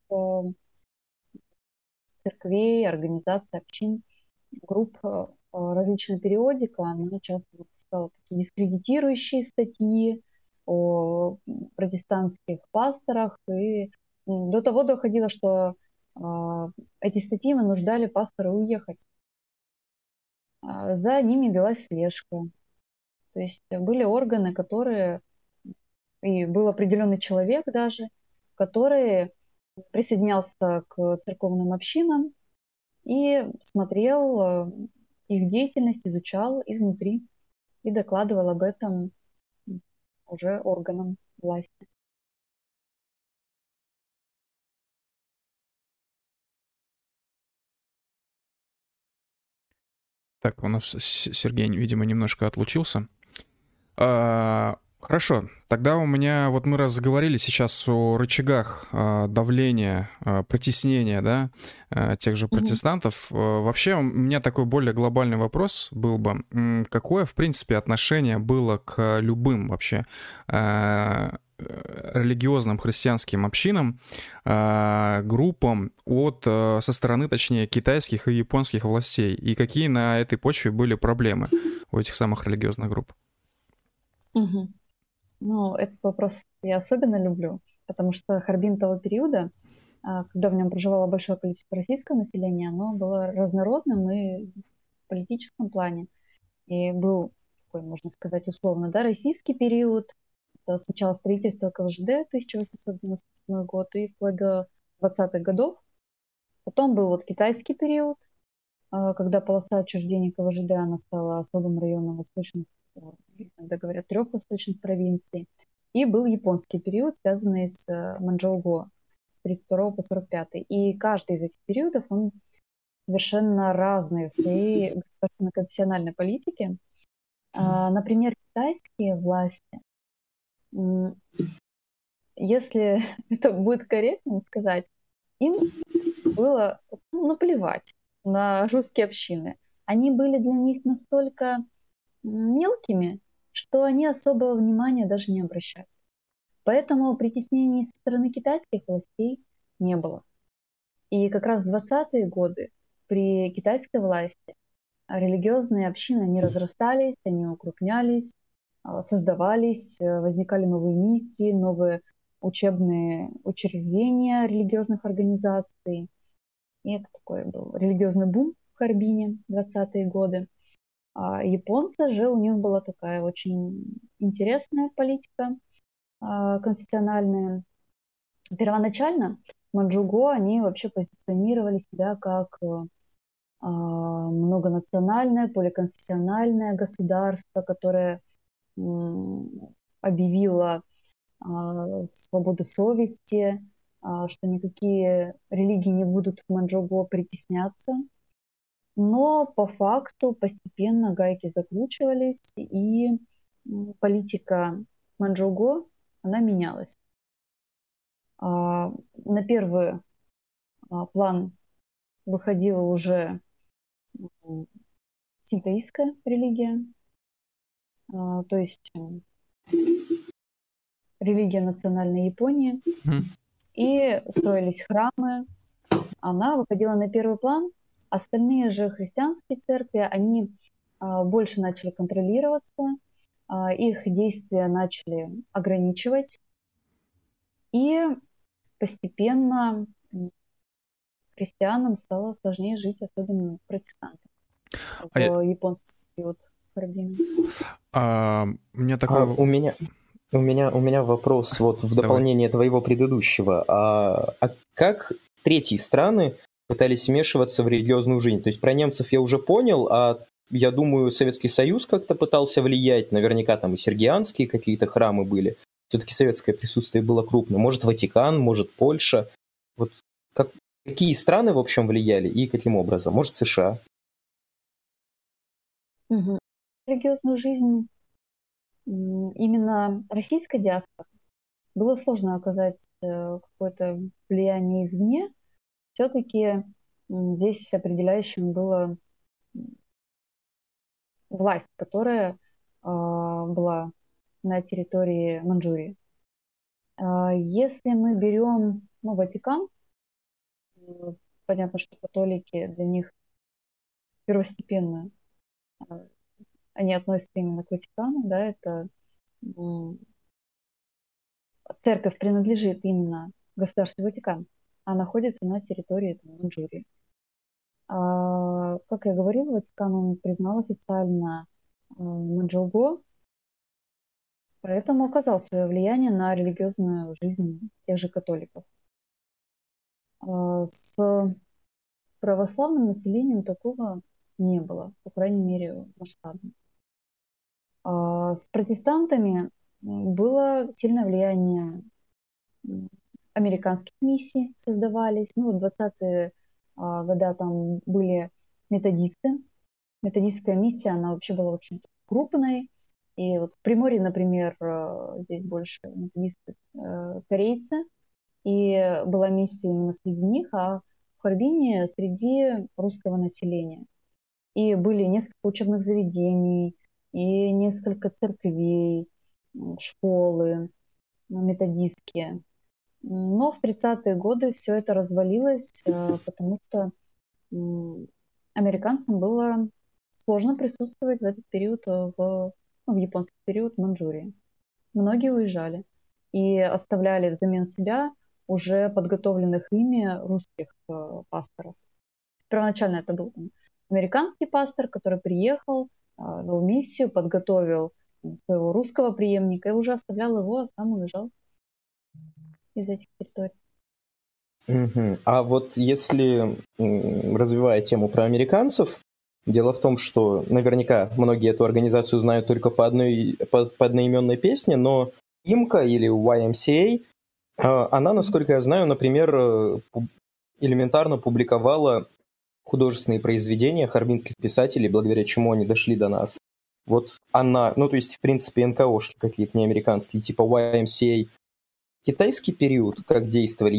церквей, организаций, общин, групп, различная периодика, она часто выпускала такие дискредитирующие статьи о протестантских пасторах, и до того доходило, что эти статьи вынуждали пастора уехать. За ними велась слежка. То есть были органы, которые, и был определенный человек даже, который присоединялся к церковным общинам и смотрел их деятельность, изучал изнутри и докладывал об этом уже органам власти. Так, у нас Сергей, видимо, немножко отлучился. Хорошо, тогда у меня, вот мы раз заговорили сейчас о рычагах давления, притеснения, да, тех же протестантов. Вообще у меня такой более глобальный вопрос был бы. Какое, в принципе, отношение было к любым вообще религиозным христианским общинам, группам со стороны, точнее, китайских и японских властей? И какие на этой почве были проблемы у этих самых религиозных групп? Ну, этот вопрос я особенно люблю, потому что Харбин того периода, когда в нем проживало большое количество российского населения, оно было разнородным и в политическом плане. И был такой, можно сказать, условно, да, российский период, это сначала строительство КВЖД 1897 год и вплоть до 20-х годов. Потом был вот китайский период, когда полоса отчуждения КВЖД, она стала особым районом восточных, иногда говорят, 3 восточных провинций. И был японский период, связанный с Манчжоу-го с 32 по 45. И каждый из этих периодов, он совершенно разный в своей государственно-конфессиональной политике. Например, китайские власти, если это будет корректно сказать, им было наплевать на русские общины. Они были для них настолько мелкими, что они особого внимания даже не обращали. Поэтому притеснений со стороны китайских властей не было. И как раз в 20-е годы при китайской власти религиозные общины, они разрастались, они укрупнялись, создавались, возникали новые миссии, новые учебные учреждения религиозных организаций. И это такой был религиозный бум в Харбине в 20-е годы. А японцы же, у них была такая очень интересная политика конфессиональная. Первоначально Манчжоу-го, они вообще позиционировали себя как многонациональное, поликонфессиональное государство, которое объявило свободу совести, что никакие религии не будут в Манчжоу-го притесняться. Но по факту постепенно гайки закручивались, и политика Манчжоу-го, она менялась. На первый план выходила уже синтоистская религия, то есть религия национальной Японии, и строились храмы. Она выходила на первый план. Остальные же христианские церкви, они больше начали контролироваться, их действия начали ограничивать, и постепенно христианам стало сложнее жить, особенно протестантам, в японский период Харбина. У меня такой... У меня вопрос вот в дополнение твоего предыдущего. А как третьи страны пытались вмешиваться в религиозную жизнь? То есть про немцев я уже понял, а я думаю, Советский Союз как-то пытался влиять, наверняка там и сергианские какие-то храмы были. Все-таки советское присутствие было крупно. Может, Ватикан, может, Польша. Вот какие страны, в общем, влияли и каким образом? Может, США? Мгм. Религиозную жизнь именно российской диаспоры было сложно оказать какое-то влияние извне. Все-таки здесь определяющим была власть, которая была на территории Маньчжурии. Если мы берем Ватикан, понятно, что католики для них первостепенно, они относятся именно к Ватикану, да, это церковь принадлежит именно государству Ватикан, а находится на территории Маньчжурии. Как я говорила, Ватикан он признал официально Маньчжоу-го, поэтому оказал свое влияние на религиозную жизнь тех же католиков. С православным населением такого не было, по крайней мере, масштабно. С протестантами было сильное влияние американских миссий создавались. Ну, в 20-е годы там были методисты. Методистская миссия, она вообще была очень крупной. И вот в Приморье, например, здесь больше методисты корейцы. И была миссия именно среди них, а в Харбине среди русского населения. И были несколько учебных заведений, и несколько церквей, школы методистские. Но в 30-е годы все это развалилось, потому что американцам было сложно присутствовать в этот период, в японский период в Маньчжурии. Многие уезжали и оставляли взамен себя уже подготовленных ими русских пасторов. Первоначально это был американский пастор, который приехал, дал миссию, подготовил своего русского преемника и уже оставлял его, а сам уезжал из этих территорий. А вот если, развивая тему про американцев, дело в том, что наверняка многие эту организацию знают только по одноименной песне, но ИМКА или YMCA, она, насколько я знаю, например, элементарно публиковала художественные произведения харбинских писателей, благодаря чему они дошли до нас. Вот она, ну то есть в принципе НКОшки какие-то не американские, типа YMCA, китайский период, как действовали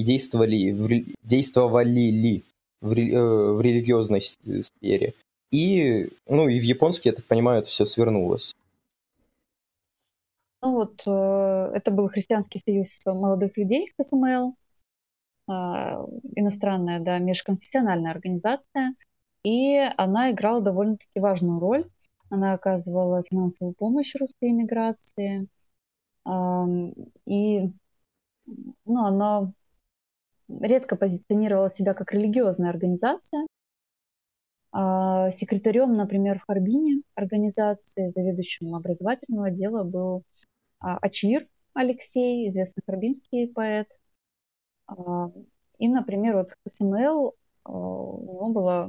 ли в религиозной сфере. И в японский, я так понимаю, это все свернулось. Ну вот, это был Христианский союз молодых людей, ХСМЛ, иностранная, да, межконфессиональная организация, и она играла довольно-таки важную роль. Она оказывала финансовую помощь русской эмиграции, и она редко позиционировала себя как религиозная организация. Секретарем, например, в Харбине организации, заведующим образовательного отдела был Ачир Алексей, известный харбинский поэт. И, например, вот ХСМЛ, у него было...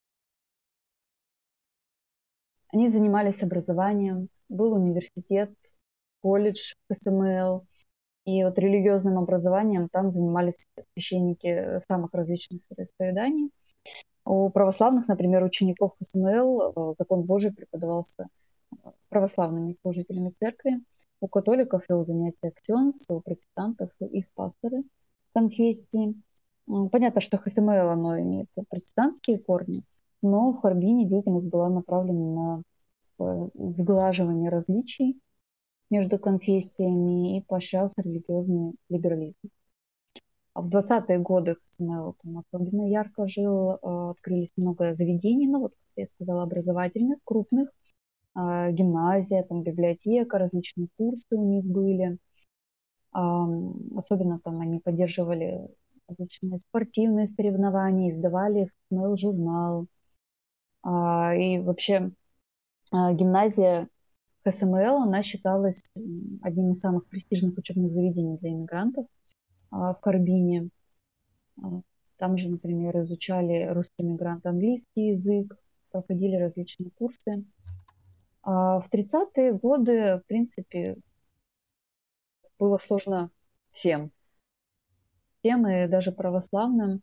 Они занимались образованием, был университет, колледж ХСМЛ, и вот религиозным образованием там занимались священники самых различных вероисповеданий. У православных, например, учеников ХСМЛ закон Божий преподавался православными служителями церкви. У католиков вел занятия ксенц, у протестантов их пасторы конфессии. Понятно, что ХСМЛ оно имеет протестантские корни, но в Харбине деятельность была направлена на сглаживание различий между конфессиями и поощрялся религиозный либерализм. А в 20-е годы ХСМЛ там особенно ярко жил, открылись много заведений, как я сказала, образовательных, крупных, гимназия, там библиотека, различные курсы у них были. Особенно там они поддерживали различные спортивные соревнования, издавали ХСМЛ-журнал. И вообще гимназия ХСМЛ, она считалась одним из самых престижных учебных заведений для иммигрантов в Харбине. Там же, например, изучали русские иммигранты английский язык, проходили различные курсы. А в 30-е годы, в принципе, было сложно всем и даже православным,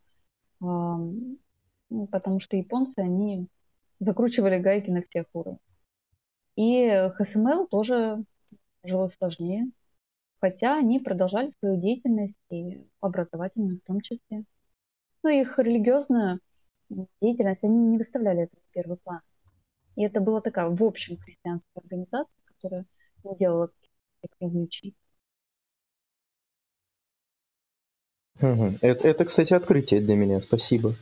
потому что японцы, они закручивали гайки на всех уровнях. И ХСМЛ тоже жилось сложнее, хотя они продолжали свою деятельность, и образовательную в том числе. Но их религиозную деятельность они не выставляли это в первый план. И это была такая, в общем, христианская организация, которая не делала таких различий. Это, кстати, открытие для меня, спасибо.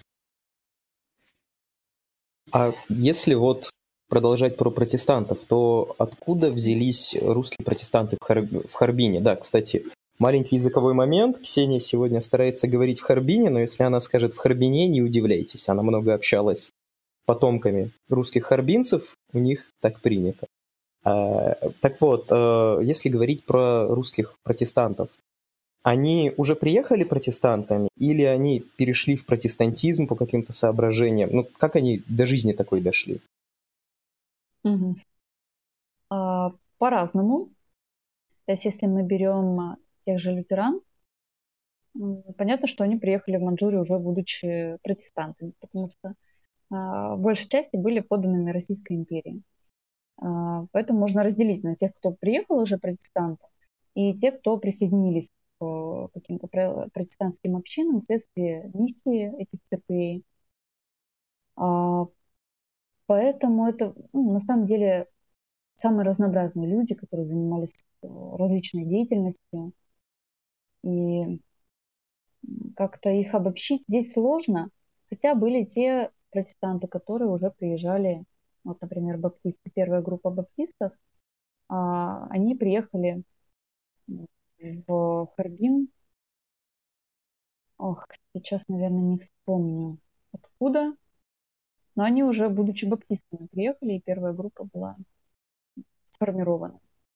А если вот продолжать про протестантов, то откуда взялись русские протестанты в Харбине? Да, кстати, маленький языковой момент. Ксения сегодня старается говорить в Харбине, но если она скажет в Харбине, не удивляйтесь. Она много общалась с потомками русских харбинцев, у них так принято. Так вот, если говорить про русских протестантов, они уже приехали протестантами или они перешли в протестантизм по каким-то соображениям? Ну, как они до жизни такой дошли? Угу. По-разному. То есть, если мы берем тех же лютеран, понятно, что они приехали в Манчжурию уже будучи протестантами, потому что в большей части были подданными Российской империи. Поэтому можно разделить на тех, кто приехал уже протестантов, и тех, кто присоединились к каким-то протестантским общинам вследствие миссии этих церквей. Поэтому это на самом деле самые разнообразные люди, которые занимались различной деятельностью. И как-то их обобщить здесь сложно, хотя были те протестанты, которые уже приезжали, вот, например, баптисты, первая группа баптистов, они приехали в Харбин. Сейчас, наверное, не вспомню откуда, но они уже, будучи баптистами, приехали, и первая группа была сформирована.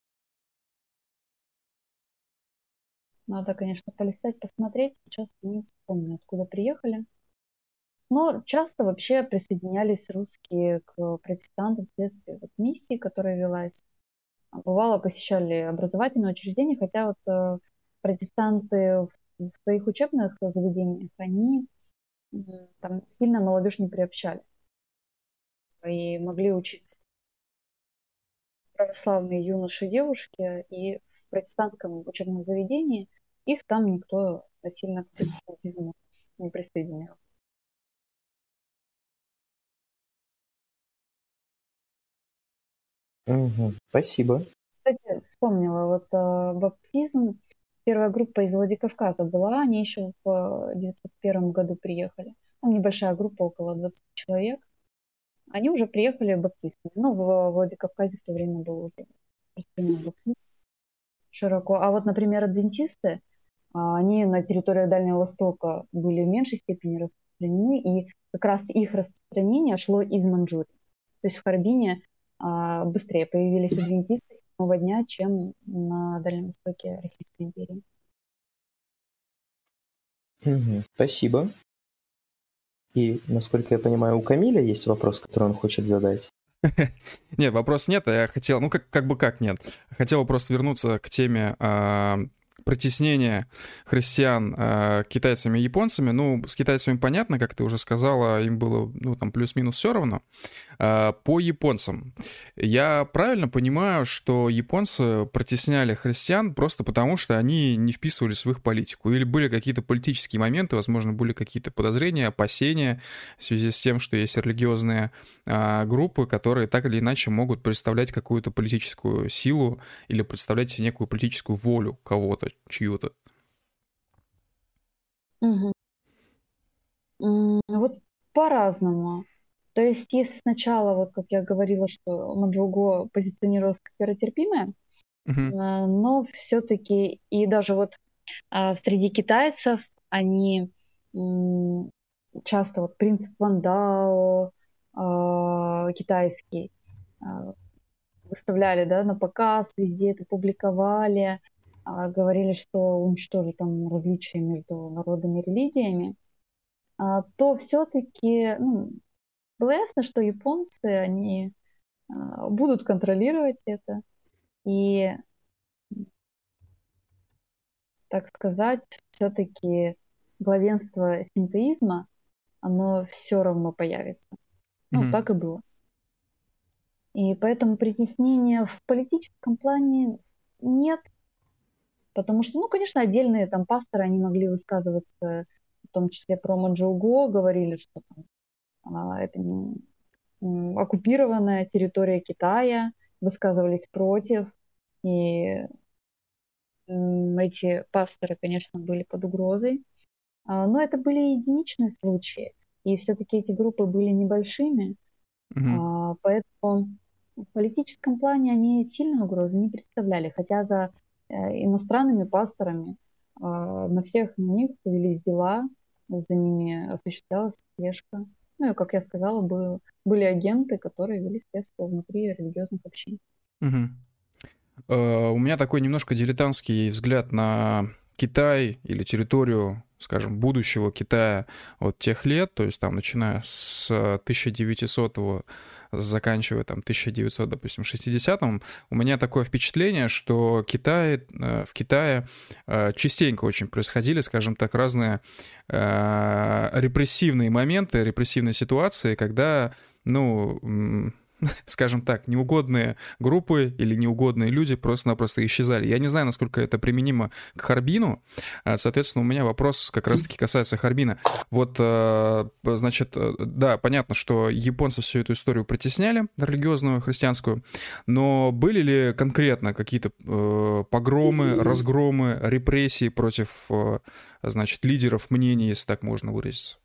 Надо, конечно, полистать, посмотреть. Сейчас не вспомню, откуда приехали. Но часто вообще присоединялись русские к протестантам вследствие миссии, которая велась. Бывало, посещали образовательные учреждения, хотя вот протестанты в своих учебных заведениях, они там сильно молодежь не приобщали. И могли учить православные юноши и девушки, и в протестантском учебном заведении их там никто насильно к протестантизму не присоединял. Спасибо. Кстати, вспомнила, вот баптизм, первая группа из Владикавказа была, они еще в 1901 году приехали. Там небольшая группа, около 20 человек. Они уже приехали баптистами. Ну, в Владикавказе в то время был уже распространен баптизм широко. А вот, например, адвентисты, они на территории Дальнего Востока были в меньшей степени распространены, и как раз их распространение шло из Манчжурии. То есть в Харбине быстрее появились адвентисты седьмого дня, чем на Дальнем Востоке Российской империи. Спасибо. И, насколько я понимаю, у Камиля есть вопрос, который он хочет задать. Нет, вопрос нет, я хотел, как нет. Хотел просто вернуться к теме притеснения христиан китайцами и японцами. Ну, с китайцами понятно, как ты уже сказала, им было, там плюс-минус все равно. По японцам. Я правильно понимаю, что японцы притесняли христиан просто потому, что они не вписывались в их политику? Или были какие-то политические моменты, возможно, были какие-то подозрения, опасения в связи с тем, что есть религиозные группы, которые так или иначе могут представлять какую-то политическую силу или представлять некую политическую волю кого-то, чью-то? Вот по-разному. То есть, если сначала, вот как я говорила, что Манчжоу позиционировалась как веротерпимая, но все-таки и даже вот среди китайцев они часто вот принцип Ван Дао китайский выставляли, да, на показ, везде это публиковали, говорили, что уничтожат там различия между народами и религиями, то все-таки было ясно, что японцы, они будут контролировать это. И, так сказать, все-таки главенство синтоизма, оно все равно появится. Ну, Мгм. так и было. И поэтому притеснения в политическом плане нет, потому что, ну, конечно, отдельные там пасторы, они могли высказываться, в том числе про Манчжоу-Го, говорили, что там, это оккупированная территория Китая, высказывались против, и эти пасторы, конечно, были под угрозой. Но это были единичные случаи, и все-таки эти группы были небольшими, Мгм. поэтому в политическом плане они сильной угрозы не представляли, хотя за иностранными пасторами на всех на них велись дела, за ними осуществлялась слежка. Ну и, как я сказала, были агенты, которые вели следствие внутри религиозных общин. Мгм. У меня такой немножко дилетантский взгляд на Китай или территорию, скажем, будущего Китая от тех лет, то есть там начиная с 1900-го, заканчивая там 1900, допустим, 60-м, у меня такое впечатление, что в Китае частенько очень происходили, скажем так, разные репрессивные моменты, репрессивные ситуации, когда, ну, скажем так, неугодные группы или неугодные люди просто-напросто исчезали. Я не знаю, насколько это применимо к Харбину. Соответственно, у меня вопрос как раз-таки касается Харбина. Вот, значит, да, понятно, что японцы всю эту историю притесняли, религиозную, христианскую, но были ли конкретно какие-то погромы, разгромы, репрессии против, значит, лидеров мнений, если так можно выразиться?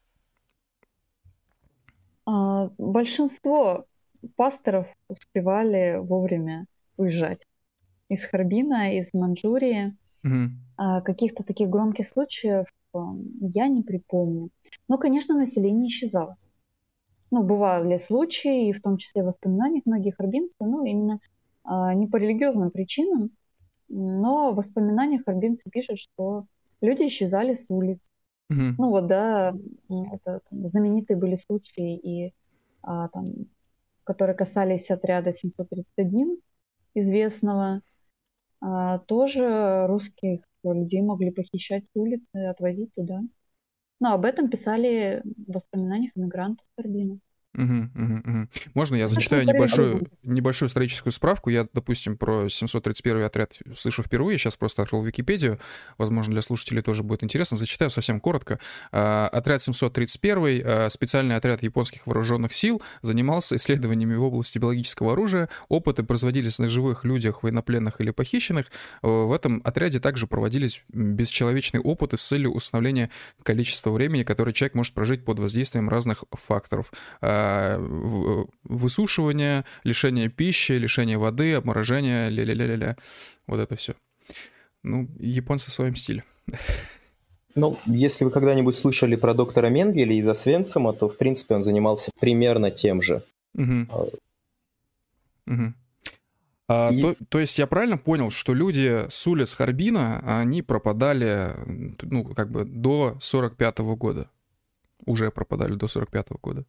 Большинство пасторов успевали вовремя уезжать из Харбина, из Манчжурии. Мгм. Каких-то таких громких случаев я не припомню. Но, конечно, население исчезало. Ну, бывали случаи, и в том числе в воспоминаниях многих харбинцев, ну, именно не по религиозным причинам, но в воспоминаниях харбинцы пишут, что люди исчезали с улиц. Мгм. Ну вот, да, это знаменитые были случаи, и там, которые касались отряда 731 известного. Тоже русских людей могли похищать с улицы и отвозить туда. Но об этом писали в воспоминаниях эмигрантов с Харбина. Мгм, мгм, мгм. Можно я Это не зачитаю по религиозному. небольшую историческую справку? Я, допустим, про 731-й отряд слышу впервые, сейчас просто открыл Википедию, возможно, для слушателей тоже будет интересно. Зачитаю совсем коротко. Отряд 731, специальный отряд японских вооруженных сил, занимался исследованиями в области биологического оружия. Опыты производились на живых людях, военнопленных или похищенных. В этом отряде также проводились бесчеловечные опыты с целью установления количества времени, которое человек может прожить под воздействием разных факторов. Высушивание, лишение пищи, лишение воды, обморожение, ля-ля-ля-ля-ля. Вот это все. Ну, японцы в своем стиле. Ну, если вы когда-нибудь слышали про доктора Менгеля из Освенцима, то, в принципе, он занимался примерно тем же. Мгм. Мгм. И То есть я правильно понял, что люди с улиц Харбина, они пропадали, ну, как бы до 45-го года? Уже пропадали до 45-го года?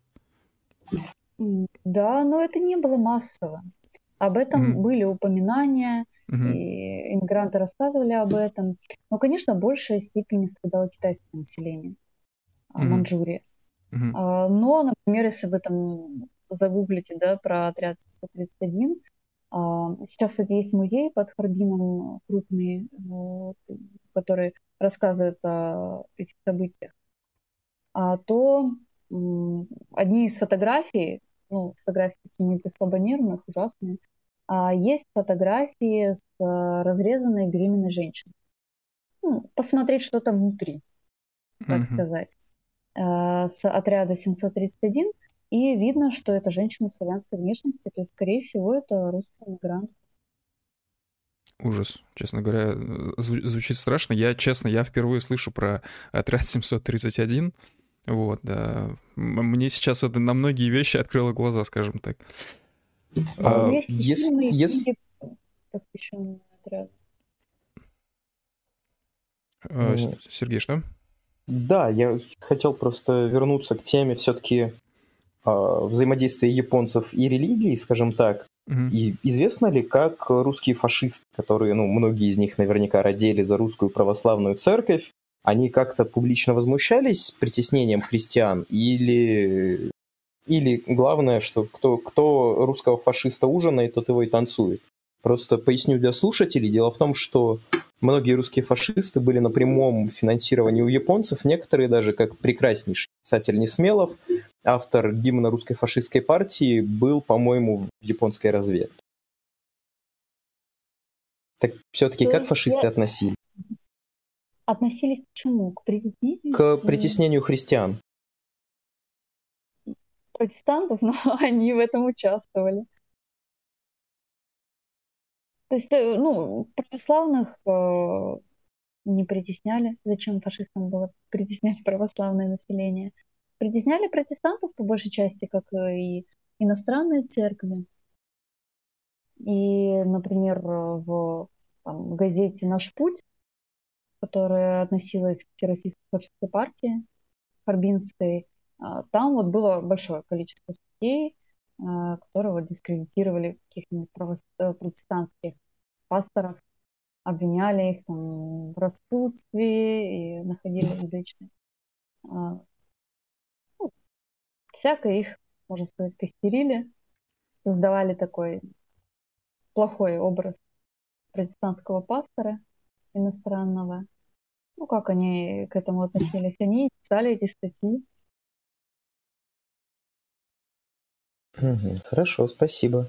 Да, но это не было массово. Об этом Мгм. были упоминания, Мгм. и иммигранты рассказывали об этом. Но, конечно, в большей степени страдало китайское население Мгм. Манчжурии. Мгм. Но, например, если вы там загуглите, да, про отряд 731, сейчас, кстати, есть музей под Харбином крупный, который рассказывает о этих событиях, то одни из фотографий, ну, фотографии какие-нибудь слабонервных, ужасные, есть фотографии с разрезанной беременной женщиной. Ну, посмотреть, что там внутри, так Мгм. сказать, с отряда 731, и видно, что это женщина славянской внешности, то есть, скорее всего, это русский мигрант. Ужас, честно говоря, звучит страшно. Я впервые слышу про отряд 731. Вот, да. Мне сейчас это на многие вещи открыло глаза, скажем так. Есть и фильмы, и если... книги, посвященные отряду. Сергей, что? Да, я хотел просто вернуться к теме все-таки взаимодействия японцев и религии, скажем так. И известно ли, как русские фашисты, которые, многие из них наверняка родили за русскую православную церковь, они как-то публично возмущались притеснением христиан? Или главное, что кто русского фашиста ужинает, тот его и танцует? Просто поясню для слушателей. Дело в том, что многие русские фашисты были на прямом финансировании у японцев, некоторые даже, как прекраснейший писатель Несмелов, автор гимна русской фашистской партии, был, по-моему, в японской разведке. Так все-таки как фашисты относились? Относились к чему? К притеснению? К притеснению христиан. Протестантов, но они в этом участвовали. То есть, православных не притесняли. Зачем фашистам было притеснять православное население? Притесняли протестантов по большей части, как и иностранные церкви. И, например, в газете «Наш путь», которая относилась к всероссийской фашистской партии Харбинской, там вот было большое количество статей, которые вот дискредитировали каких-нибудь протестантских пасторов, обвиняли их там в распутстве и находили различные. Всяко их, можно сказать, костерили, создавали такой плохой образ протестантского пастора иностранного. Как они к этому относились? Они писали эти статьи. Хорошо, спасибо.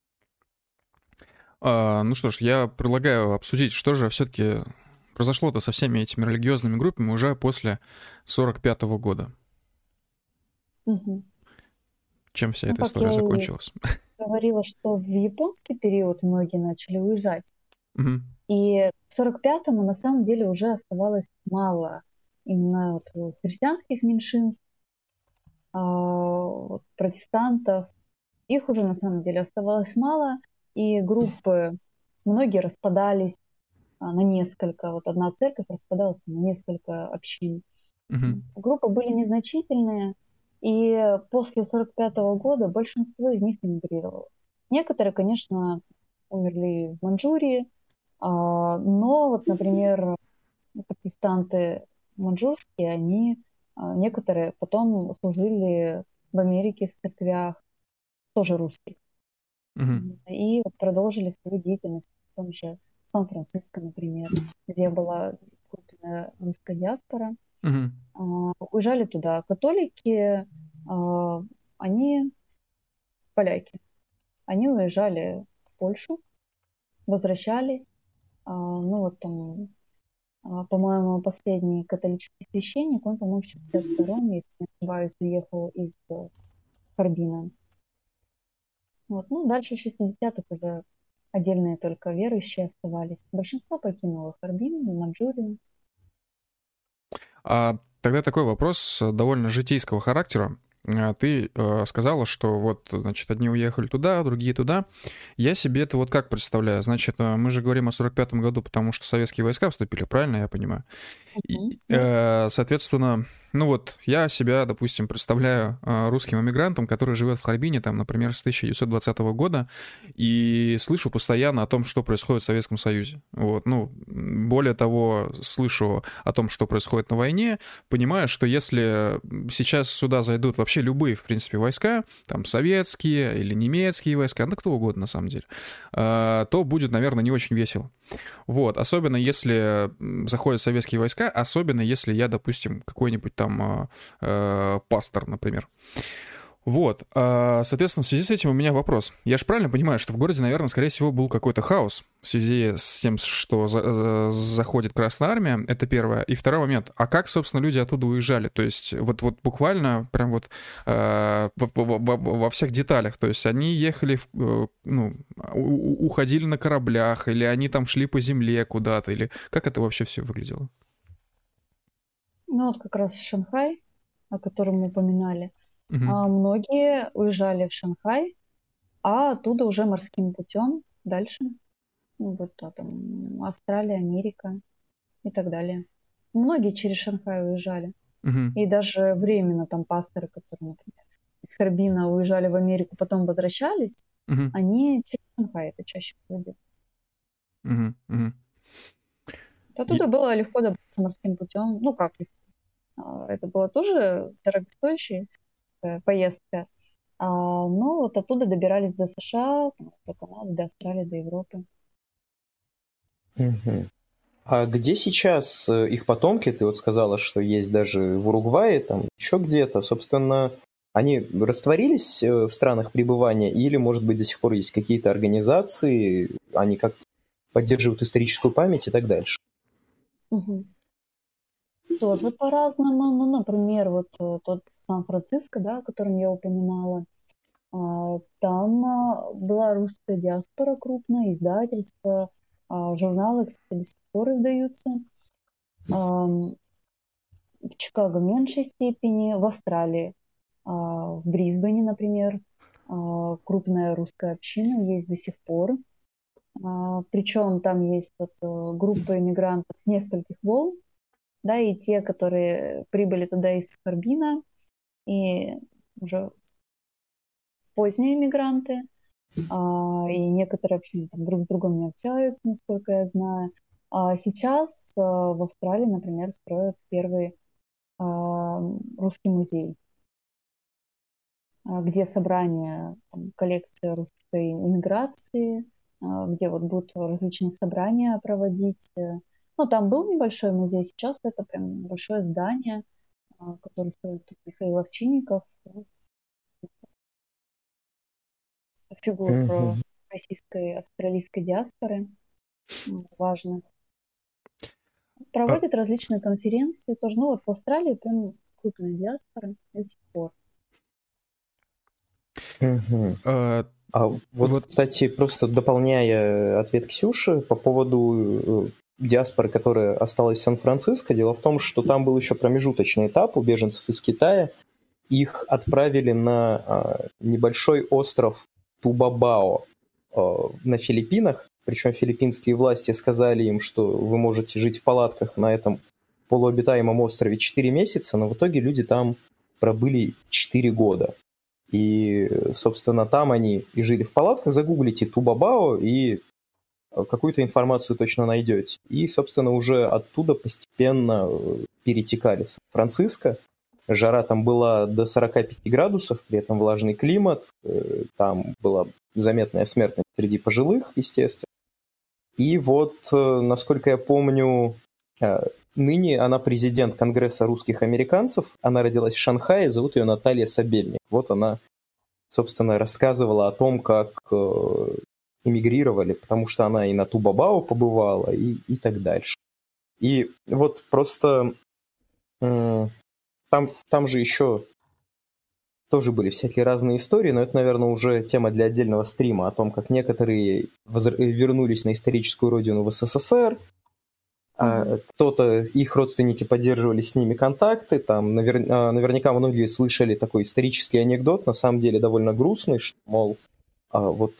Ну что ж, я предлагаю обсудить, что же все-таки произошло-то со всеми этими религиозными группами уже после 1945 года. Чем вся эта история закончилась? Я говорила, что в японский период многие начали уезжать. И к 1945-му на самом деле уже оставалось мало именно христианских меньшинств, протестантов. Их уже на самом деле оставалось мало, и группы, многие распадались на несколько. Вот одна церковь распадалась на несколько общин. Группы были незначительные, и после 1945 года большинство из них эмигрировало. Некоторые, конечно, умерли в Маньчжурии, но вот, например, протестанты маньчжурские, они некоторые потом служили в Америке в церквях, тоже русских. И вот продолжили свою деятельность в том же Сан-Франциско, например, где была крупная русская диаспора. Уезжали туда католики, они поляки. Они уезжали в Польшу, возвращались. По-моему, последний католический священник, он, по-моему, в 1962-м, если не ошибаюсь, уехал из Харбина. Дальше в 60-х уже отдельные только верующие оставались. Большинство покинуло Харбин, Маньчжурию. Тогда такой вопрос довольно житейского характера. Ты сказала, что вот, значит, одни уехали туда, другие туда. Я себе это вот как представляю? Значит, мы же говорим о 1945 году, потому что советские войска вступили, правильно я понимаю? И, соответственно, я себя, допустим, представляю русским эмигрантом, который живет в Харбине, там, например, с 1920 года, и слышу постоянно о том, что происходит в Советском Союзе. Более того, слышу о том, что происходит на войне, понимаю, что если сейчас сюда зайдут вообще любые, в принципе, войска, там, советские или немецкие войска, кто угодно, на самом деле, то будет, наверное, не очень весело. Особенно если заходят советские войска, особенно если я, допустим, какой-нибудь там пастор, например. Соответственно, в связи с этим у меня вопрос. Я же правильно понимаю, что в городе, наверное, скорее всего, был какой-то хаос в связи с тем, что заходит Красная Армия, это первое. И второй момент. А как, собственно, люди оттуда уезжали? То есть вот буквально прям во всех деталях. То есть они ехали, уходили на кораблях, или они там шли по земле куда-то, или как это вообще все выглядело? Как раз Шанхай, о котором мы упоминали. Многие уезжали в Шанхай, а оттуда уже морским путем дальше. Австралия, Америка и так далее. Многие через Шанхай уезжали. И даже временно там пасторы, которые, например, из из Харбина уезжали в Америку, потом возвращались, они через Шанхай это чаще всего делают. Оттуда было легко добраться морским путем. Ну, как легко? Это была тоже дорогостоящая поездка. Но вот оттуда добирались до США, до Канады, до Австралии, до Европы. А где сейчас их потомки? Ты вот сказала, что есть даже в Уругвае, там еще где-то. Собственно, они растворились в странах пребывания или, может быть, до сих пор есть какие-то организации, они как-то поддерживают историческую память и так дальше? Тоже по-разному. Ну, например, вот тот Сан-Франциско, да, о котором я упоминала, там была русская диаспора крупная, издательства, журналы, кстати, до сих пор издаются. В Чикаго в меньшей степени, в Австралии, в Брисбене, например, крупная русская община есть до сих пор. Причем там есть вот группа иммигрантов нескольких волн, да, и те, которые прибыли туда из Харбина, и уже поздние иммигранты, и некоторые общины там друг с другом не общаются, насколько я знаю. А сейчас в Австралии, например, строят первый русский музей, где собрание, коллекции русской иммиграции, где вот будут различные собрания проводить. Ну, там был небольшой музей, сейчас это прям большое здание, которое строит Михаил Овчинников. Фигуру российской, австралийской диаспоры. Важно. Проводят различные конференции тоже. Ну, вот в Австралии прям крупная диаспора до сих пор. Вот, кстати, просто дополняя ответ Ксюши по поводу диаспоры, которая осталась в Сан-Франциско, дело в том, что там был еще промежуточный этап у беженцев из Китая. Их отправили на небольшой остров Тубабао на Филиппинах, причем филиппинские власти сказали им, что вы можете жить в палатках на этом полуобитаемом острове 4 месяца, но в итоге люди там пробыли 4 года. И, собственно, там они и жили в палатках. Загуглите Тубабао и какую-то информацию точно найдете. И, собственно, уже оттуда постепенно перетекали в Сан-Франциско. Жара там была до 45 градусов, при этом влажный климат. Там была заметная смертность среди пожилых, естественно. И вот, насколько я помню, ныне она президент Конгресса русских американцев. Она родилась в Шанхае, зовут ее Наталья Сабельник. Вот она, собственно, рассказывала о том, как эмигрировали, потому что она и на Тубабао побывала, и так дальше. И вот просто там же еще тоже были всякие разные истории, но это, наверное, уже тема для отдельного стрима о том, как некоторые вернулись на историческую родину в СССР, кто-то, их родственники поддерживали с ними контакты, там наверняка многие слышали такой исторический анекдот, на самом деле довольно грустный, что, мол, вот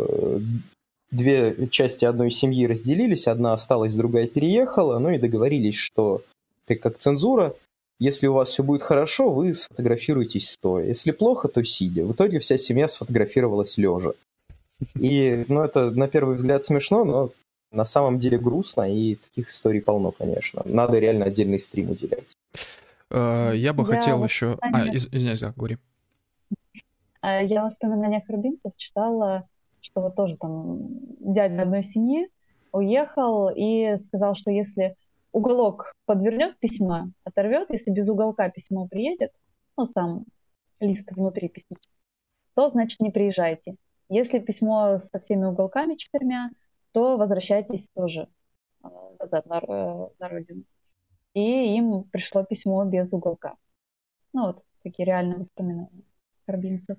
две части одной семьи разделились, одна осталась, другая переехала, ну и договорились, что ты как цензура, если у вас все будет хорошо, вы сфотографируетесь стоя, если плохо, то сидя. В итоге вся семья сфотографировалась лежа. И, ну, это на первый взгляд смешно, но на самом деле грустно, и таких историй полно, конечно. Надо реально отдельный стрим уделять. Я бы хотел еще... Извиняюсь, да, говори. Я в воспоминаниях харбинцев читала, что вот тоже там дядя одной семьи уехал и сказал, что если уголок подвернет письма, оторвет, если без уголка письмо приедет, ну, сам лист внутри письма, то, значит, не приезжайте. Если письмо со всеми уголками 4, то возвращайтесь тоже назад на родину. И им пришло письмо без уголка. Ну, вот такие реальные воспоминания харбинцев.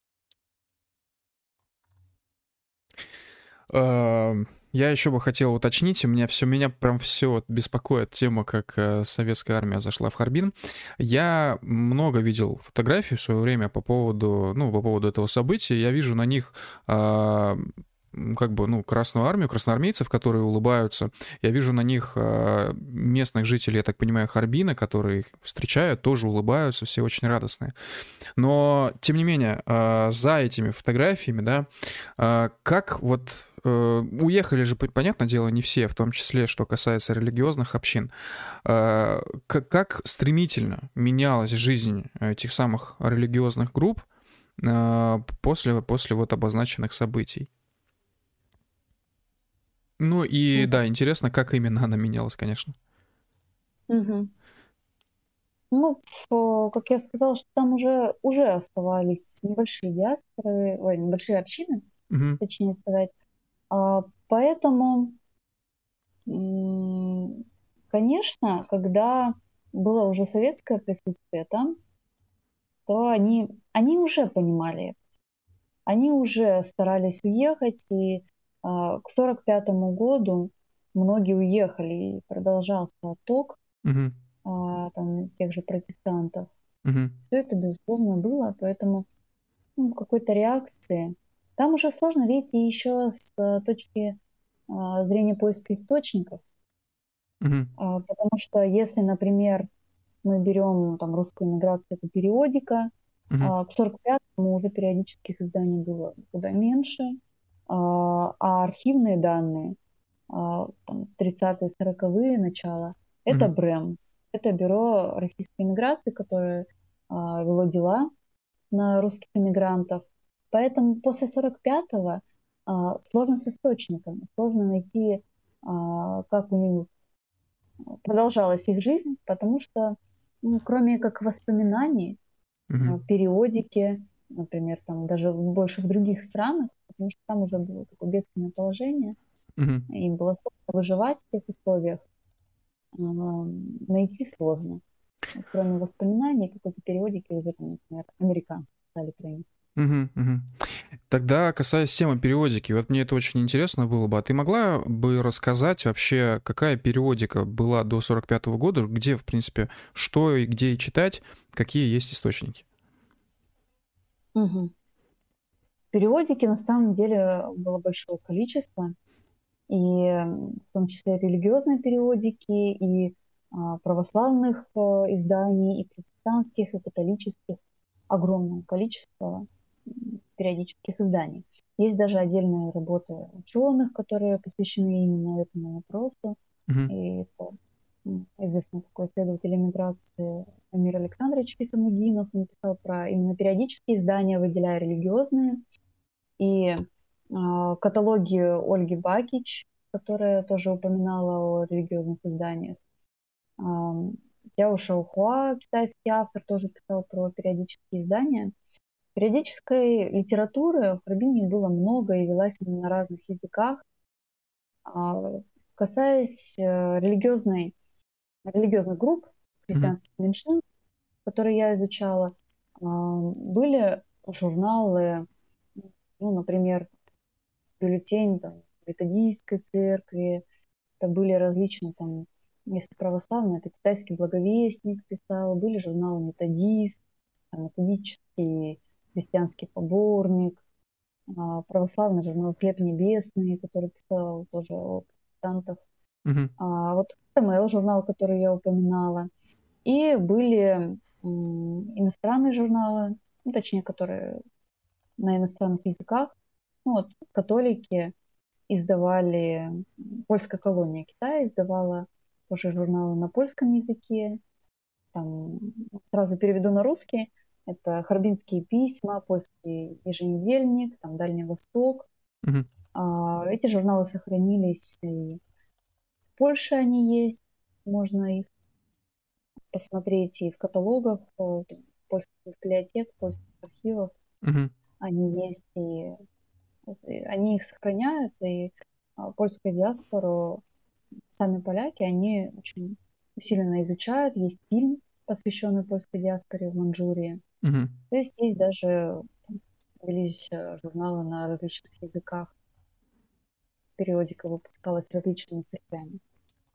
Я еще бы хотел уточнить, меня прям все беспокоит тема, как советская армия зашла в Харбин. Я много видел фотографий в свое время по поводу этого события. Я вижу на них как бы, ну, Красную Армию, красноармейцев, которые улыбаются. Я вижу на них местных жителей, я так понимаю, Харбина, которые их встречают, тоже улыбаются, все очень радостные. Но, тем не менее, за этими фотографиями, да, как вот уехали же, понятное дело, не все, в том числе, что касается религиозных общин. Как стремительно менялась жизнь этих самых религиозных групп после вот обозначенных событий? Ну и да, интересно, как именно она менялась, конечно. Мгм. Ну, как я сказала, что там уже оставались небольшие диаспоры, ой, небольшие общины, Мгм. точнее сказать. Поэтому, конечно, когда было уже советское присутствие там, то они уже понимали, они уже старались уехать, и к 1945 году многие уехали, и продолжался отток Мгм. там, тех же протестантов. Мгм. Все это, безусловно, было, поэтому какой-то реакции. Там уже сложно, видите, еще с точки зрения поиска источников, Мгм. потому что если, например, мы берем там русскую миграцию, это периодика, Мгм. к 45-му уже периодических изданий было куда меньше, а архивные данные, там, 30-е, 40-е начало, это Мгм. БРЭМ, это бюро российской миграции, которое вело дела на русских иммигрантов. Поэтому после 45-го сложно с источниками, сложно найти, как у них продолжалась их жизнь, потому что, кроме как воспоминаний, Мгм. периодики, например, там даже больше в других странах, потому что там уже было такое бедственное положение, Мгм. им было сложно выживать в тех условиях, найти сложно. Кроме воспоминаний, какой-то периодики уже, там, например, американцы писали про них. Мгм. Мгм. Тогда, касаясь темы периодики, вот мне это очень интересно было бы. А ты могла бы рассказать вообще, какая периодика была до 45-го года, где, в принципе, что и где и читать, какие есть источники? Мгм. Периодики на самом деле было большое количество, и в том числе религиозной периодики, и православных изданий, и протестантских, и католических. Огромное количество периодических изданий. Есть даже отдельные работы ученых, которые посвящены именно этому вопросу. Мгм. И это известный такой исследователь эмиграции Амир Александрович Хисамуддинов. Он писал про именно периодические издания, выделяя религиозные. И каталоги Ольги Бакич, которая тоже упоминала о религиозных изданиях. Тяо Шаохуа, китайский автор, тоже писал про периодические издания. Периодической литературы в Харбине было много и велась она на разных языках. Касаясь религиозных групп, Мгм. христианских меньшин, которые я изучала, были журналы, ну, например, бюллетень там, методистской церкви, это были различные там, если православные, это китайский благовестник писал, были журналы методист, там, методический христианский поборник, православный журнал «Хлеб небесный», который писал тоже о протестантах. Мгм. Вот ТМЛ журнал, который я упоминала. И были иностранные журналы, ну, точнее, которые на иностранных языках. Ну, вот, католики издавали, польская колония Китая издавала тоже журналы на польском языке. Там, сразу переведу на русский. Это «Харбинские письма», «Польский еженедельник», там «Дальний Восток». Мгм. Эти журналы сохранились, и в Польше они есть, можно их посмотреть и в каталогах польских библиотек, польских архивов. Мгм. Они есть, и они их сохраняют, и польская диаспора, сами поляки, они очень усиленно изучают. Есть фильм, посвященный польской диаспоре в Манчжурии. Мгм. То есть есть даже велись журналы на различных языках. Периодика выпускалась различными церквями.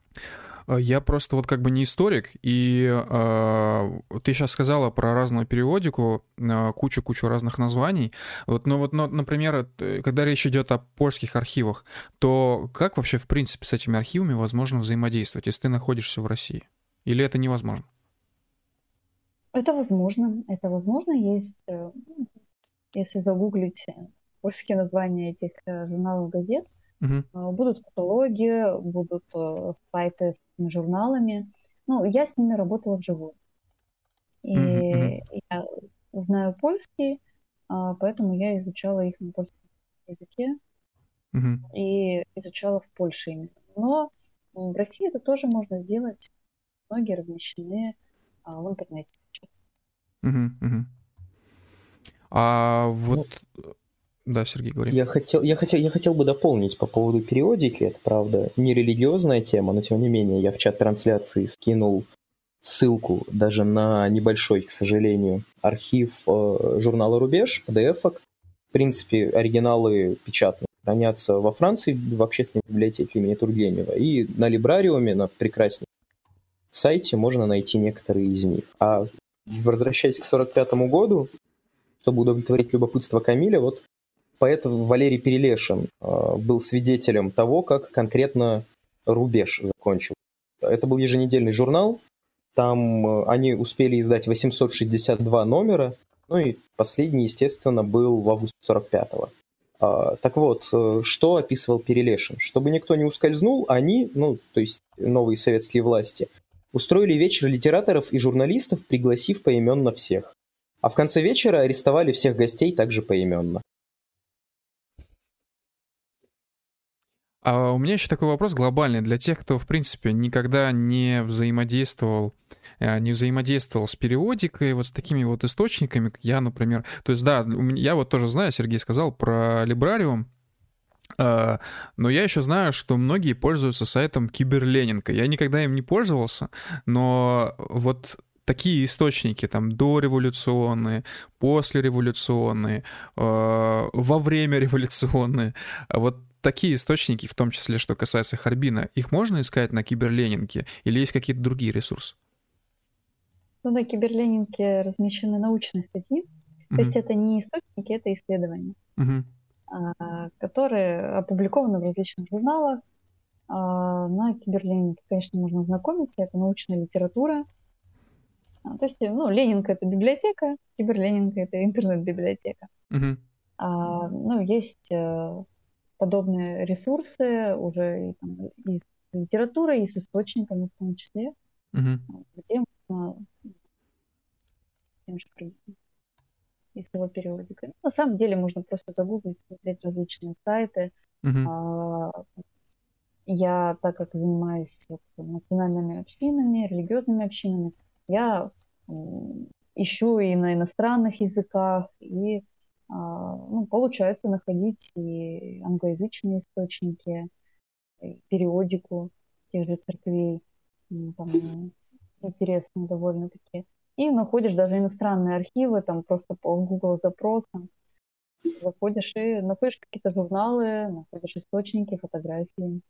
Я просто вот как бы не историк, и ты сейчас сказала про разную периодику, кучу-кучу разных названий. Вот, но, например, когда речь идет о польских архивах, то как вообще, в принципе, с этими архивами возможно взаимодействовать, если ты находишься в России? Или это невозможно? Это возможно. Это возможно. Есть, если загуглить польские названия этих журналов, газет, Угу, будут каталоги, будут сайты с этими журналами. Ну, я с ними работала вживую. угу, угу, И я знаю польский, поэтому я изучала их на польском языке угу, и изучала в Польше именно. Но в России это тоже можно сделать. Многие размещены в интернете сейчас. угу, угу. А Ну, вот, да, Сергей, говори. я хотел бы дополнить по поводу периодики. Это, правда, не религиозная тема, но тем не менее я в чат трансляции скинул ссылку даже на небольшой, к сожалению, архив журнала «Рубеж», PDF-ок. В принципе, оригиналы печатные хранятся во Франции в общественной библиотеке имени Тургенева. И на Либрариуме, на прекраснейшем сайте, можно найти некоторые из них. А возвращаясь к 1945 году, чтобы удовлетворить любопытство Камиля, вот поэт Валерий Перелешин был свидетелем того, как конкретно «Рубеж» закончил. Это был еженедельный журнал, там они успели издать 862 номера, ну и последний, естественно, был в августе 45-го. Так вот, что описывал Перелешин? Чтобы никто не ускользнул, они, ну, то есть новые советские власти, устроили вечер литераторов и журналистов, пригласив поименно всех. А в конце вечера арестовали всех гостей также поименно. А у меня еще такой вопрос глобальный для тех, кто, в принципе, никогда не взаимодействовал с периодикой, вот с такими вот источниками, как я, например. То есть, да, я вот тоже знаю, Сергей сказал про Либрариум, но я еще знаю, что многие пользуются сайтом Киберленинка. Я никогда им не пользовался, но вот такие источники, там, дореволюционные, послереволюционные, во время революционные, вот такие источники, в том числе, что касается Харбина, их можно искать на Киберленинке или есть какие-то другие ресурсы? Ну, на Киберленинке размещены научные статьи, то есть Мгм. это не источники, это исследования, Мгм. которые опубликованы в различных журналах. На Киберленинке, конечно, можно знакомиться, это научная литература. То есть, ну, Ленинка — это библиотека, Киберленинка — это интернет-библиотека. Мгм. Ну, есть подобные ресурсы уже и, там, и с литературой, и с источниками в том числе, Мгм. где можно тем же и с его периодикой. Ну, на самом деле можно просто загуглить, смотреть различные сайты. Мгм. А, Я, так как занимаюсь вот национальными общинами, религиозными общинами, я ищу и на иностранных языках, и ну, получается находить и англоязычные источники, и периодику тех же церквей, там интересные довольно-таки. И находишь даже иностранные архивы, там просто по Google запросам заходишь и находишь какие-то журналы, находишь источники, фотографии.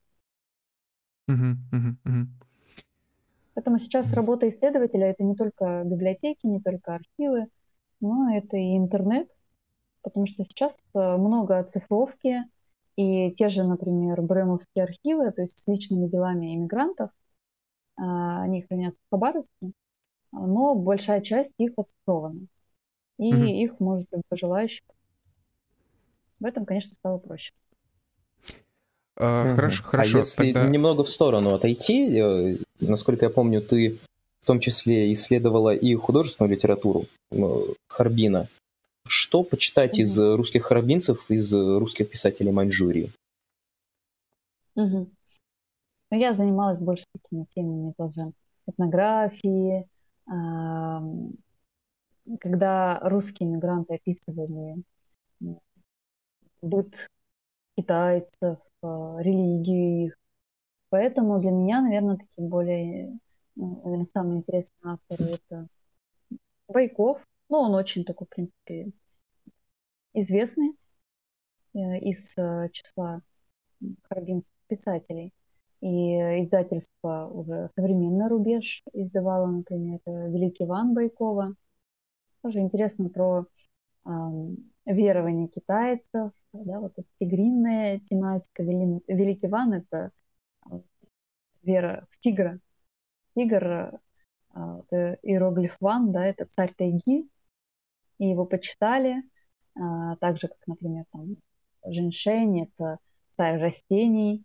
Мгм. Мгм. Мгм. Поэтому сейчас работа исследователя — это не только библиотеки, не только архивы, но это и интернет, потому что сейчас много оцифровки, и те же, например, Брэмовские архивы, то есть с личными делами иммигрантов, они хранятся в Хабаровске, но большая часть их оцифрована, Мгм. и их может любой желающий. В этом, конечно, стало проще. Хорошо, Мгм. А хорошо, если тогда... немного в сторону отойти, насколько я помню, ты в том числе исследовала и художественную литературу Харбина. Что почитать из Мгм. русских харбинцев, из русских писателей Маньчжурии? Мгм. Но я занималась больше такими темами тоже этнографии, ам, когда русские мигранты описывали быт китайцев, религию их. Поэтому для меня, наверное, такие более, ну, наверное, самые интересные авторы — это Байков. Ну, он очень такой, в принципе, известный из числа харбинских писателей. И издательство уже «Современный рубеж» издавало, например, «Великий Иван» Байкова. Тоже интересно про верование китайцев, да, вот эта тигринная тематика. Великий Иван — это вера в тигра. Тигр, это иероглиф Ван, да, это царь тайги, и его почитали, так же, как, например, там, Женьшень — это царь растений,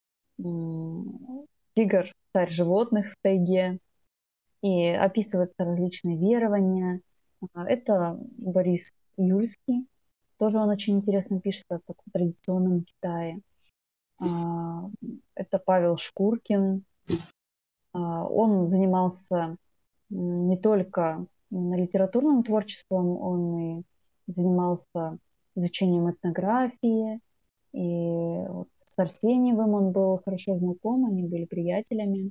тигр — царь животных в тайге, и описываются различные верования. Это Борис Юльский, тоже он очень интересно пишет о таком традиционном Китае. Это Павел Шкуркин. Он занимался не только литературным творчеством, он и занимался изучением этнографии. И вот с Арсеньевым он был хорошо знаком, они были приятелями.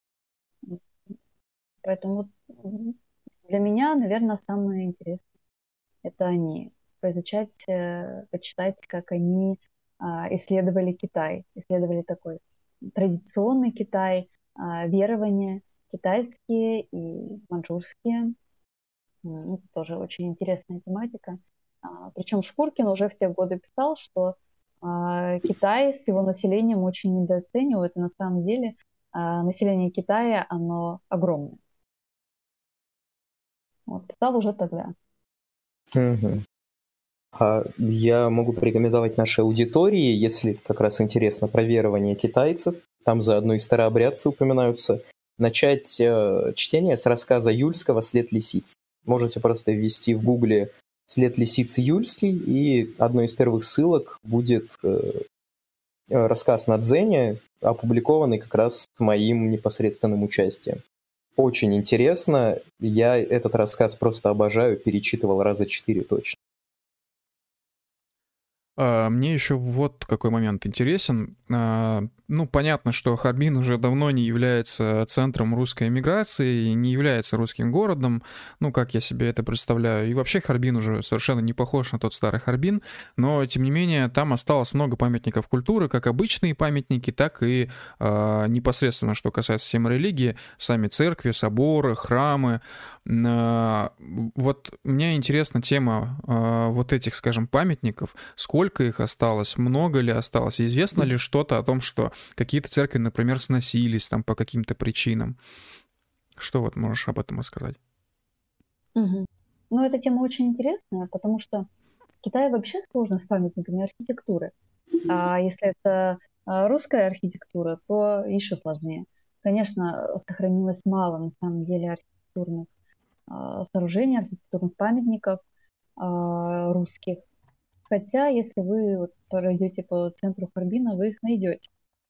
Поэтому для меня, наверное, самое интересное — это они. Поизучать, почитать, как они исследовали Китай, исследовали такой традиционный Китай, верования китайские и маньчжурские. Это тоже очень интересная тематика. Причем Шкуркин уже в те годы писал, что Китай с его населением очень недооценивают, и на самом деле население Китая, оно огромное. Вот, писал уже тогда. Угу. Я могу порекомендовать нашей аудитории, если как раз интересно про верование китайцев, там заодно и старообрядцы упоминаются, начать чтение с рассказа Юльского «След лисицы». Можете просто ввести в гугле «След лисицы Юльский», и одной из первых ссылок будет рассказ на Дзене, опубликованный как раз с моим непосредственным участием. Очень интересно, я этот рассказ просто обожаю, перечитывал раза 4 точно. Мне еще вот какой момент интересен. Ну, понятно, что Харбин уже давно не является центром русской эмиграции и не является русским городом, ну, как я себе это представляю. И вообще Харбин уже совершенно не похож на тот старый Харбин, но, тем не менее, там осталось много памятников культуры, как обычные памятники, так и непосредственно, что касается темы религии, сами церкви, соборы, храмы. Вот мне интересна тема вот этих, скажем, памятников. Сколько их осталось? Много ли осталось? И известно ли что-то о том, что какие-то церкви, например, сносились там по каким-то причинам? Что вот можешь об этом рассказать? Ну, эта тема очень интересная, потому что в Китае вообще сложно с памятниками архитектуры. А если это русская архитектура, то еще сложнее. Конечно, сохранилось мало на самом деле архитектурных сооружений, архитектурных памятников русских. Хотя, если вы вот пройдете по центру Харбина, вы их найдете.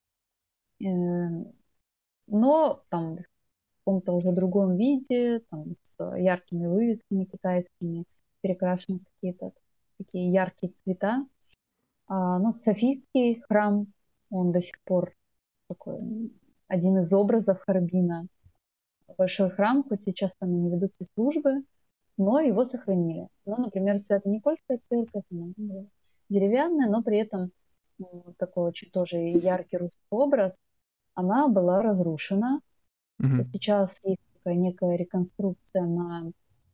Но там в каком-то уже другом виде, там, с яркими вывесками китайскими, перекрашены какие-то такие яркие цвета. Но Софийский храм, он до сих пор такой один из образов Харбина. Большой храм, хоть сейчас там и не ведутся службы, но его сохранили. Ну, например, Свято-Никольская церковь, она была деревянная, но при этом такой очень тоже яркий русский образ, она была разрушена. Сейчас есть такая некая реконструкция на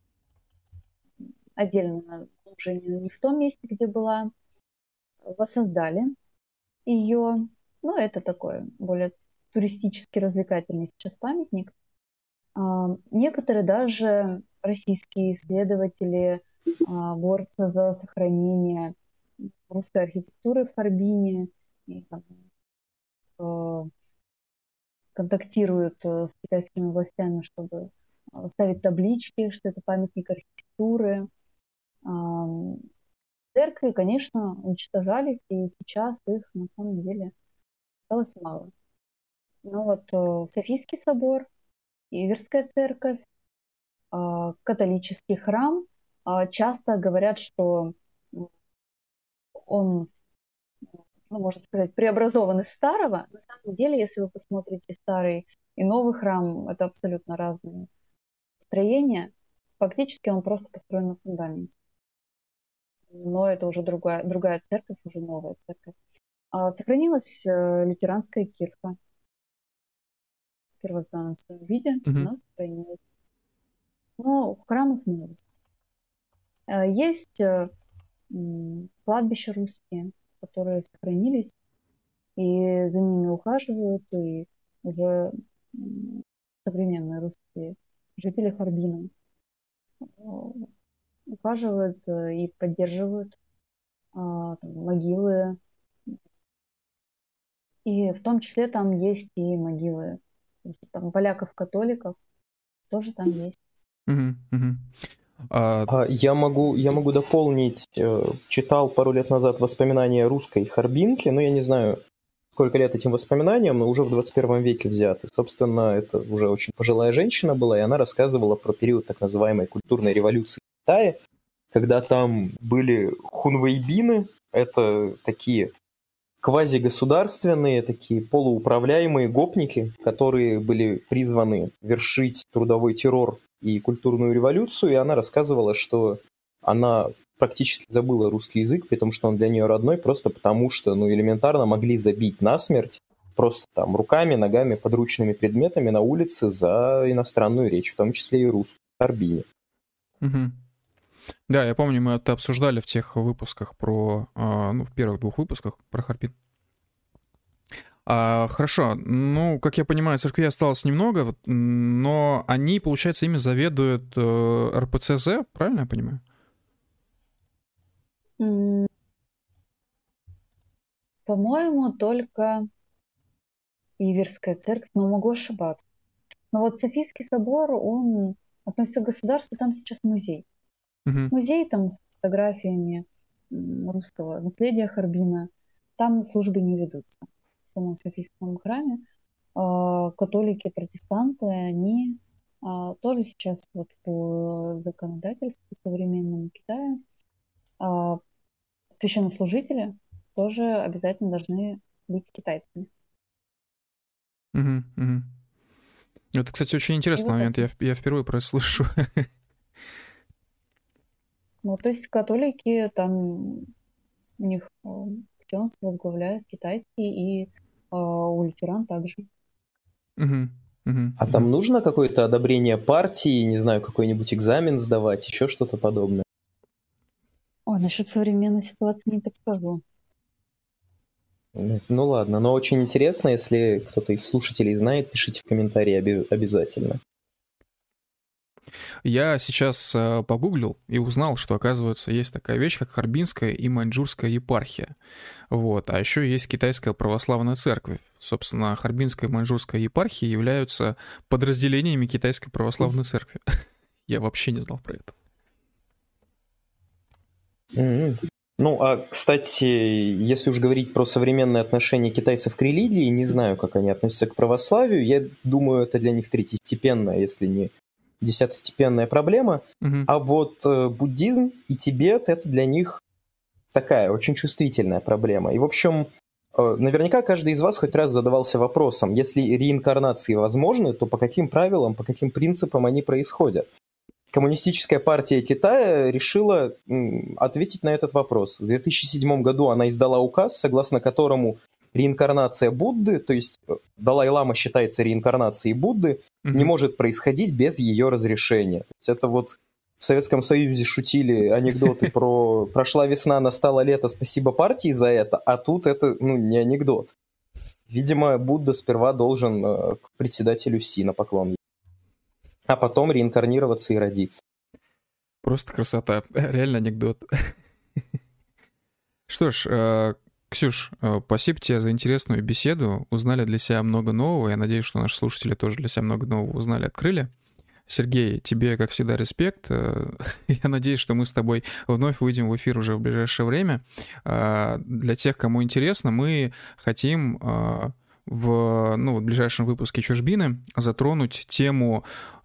отдельно, уже не в том месте, где была. Воссоздали ее. Ну, это такой более туристически развлекательный сейчас памятник. Некоторые даже российские исследователи борются за сохранение русской архитектуры в Харбине и там, контактируют с китайскими властями, чтобы ставить таблички, что это памятник архитектуры. Церкви, конечно, уничтожались, и сейчас их на самом деле осталось мало. Но вот Софийский собор, Иверская церковь, католический храм, часто говорят, что он, ну, можно сказать, преобразован из старого. На самом деле, если вы посмотрите старый и новый храм, это абсолютно разные строения. Фактически он просто построен на фундаменте. Но это уже другая церковь, уже новая церковь. Сохранилась лютеранская кирха. в первозданном своем виде у Мгм. нас сохранилось. Но храмов много. Есть кладбища русские, которые сохранились, и за ними ухаживают, и уже современные русские жители Харбина ухаживают и поддерживают там, могилы. И в том числе там есть и могилы там, поляков-католиков, тоже там есть. Мгм. Мгм. А, Я могу дополнить. Читал пару лет назад воспоминания русской Харбинки, но я не знаю, сколько лет этим воспоминаниям, но уже в 21 веке взяты. Собственно, это уже очень пожилая женщина была, и она рассказывала про период так называемой культурной революции в Китае, когда там были хунвейбины, это такие квазигосударственные, такие полууправляемые гопники, которые были призваны вершить трудовой террор и культурную революцию, и она рассказывала, что она практически забыла русский язык, при том, что он для нее родной, просто потому что, элементарно могли забить насмерть просто там руками, ногами, подручными предметами на улице за иностранную речь, в том числе и русскую, в Харбине. Мгм. Да, я помню, мы это обсуждали в тех выпусках в первых 2 выпусках про Харбин. Хорошо, как я понимаю, церквей осталось немного, но они, получается, ими заведуют РПЦЗ, правильно я понимаю? По-моему, только Иверская церковь, но могу ошибаться. Но вот Софийский собор, он относится к государству, там сейчас музей. Мгм. Музей там с фотографиями русского наследия Харбина. Там службы не ведутся. В самом Софийском храме католики, протестанты, они тоже сейчас вот по законодательству современному Китая священнослужители тоже обязательно должны быть китайцами. Мгм. Мгм. Это, кстати, очень И интересный вот момент, так. я впервые про это слышу. То есть католики там у них христианство возглавляет китайский, и у лютеран также. Мгм. Мгм. А там нужно какое-то одобрение партии, не знаю, какой-нибудь экзамен сдавать, еще что-то подобное? Ой, насчет современной ситуации не подскажу. Ну ладно, но очень интересно, если кто-то из слушателей знает, пишите в комментарии обязательно. Я сейчас погуглил и узнал, что, оказывается, есть такая вещь, как Харбинская и Маньчжурская епархия. Вот. А еще есть Китайская православная церковь. Собственно, Харбинская и Маньчжурская епархии являются подразделениями Китайской православной церкви. Я вообще не знал про это. Кстати, если уж говорить про современное отношение китайцев к религии, не знаю, как они относятся к православию. Я думаю, это для них третьестепенная, если не десятостепенная проблема. Мгм. А вот буддизм и Тибет — это для них такая очень чувствительная проблема. И, в общем, наверняка каждый из вас хоть раз задавался вопросом, если реинкарнации возможны, то по каким правилам, по каким принципам они происходят? Коммунистическая партия Китая решила ответить на этот вопрос. В 2007 году она издала указ, согласно которому реинкарнация Будды, то есть Далай-лама считается реинкарнацией Будды, не может происходить без ее разрешения. То есть это вот в Советском Союзе шутили анекдоты про «прошла весна, настало лето, спасибо партии за это», а тут это не анекдот. Видимо, Будда сперва должен к председателю Си на поклон, а потом реинкарнироваться и родиться. Просто красота. Реально анекдот. Что ж, Ксюш, спасибо тебе за интересную беседу. Узнали для себя много нового. Я надеюсь, что наши слушатели тоже для себя много нового узнали, открыли. Сергей, тебе, как всегда, респект. Я надеюсь, что мы с тобой вновь выйдем в эфир уже в ближайшее время. Для тех, кому интересно, мы хотим в ближайшем выпуске «Чужбины» затронуть тему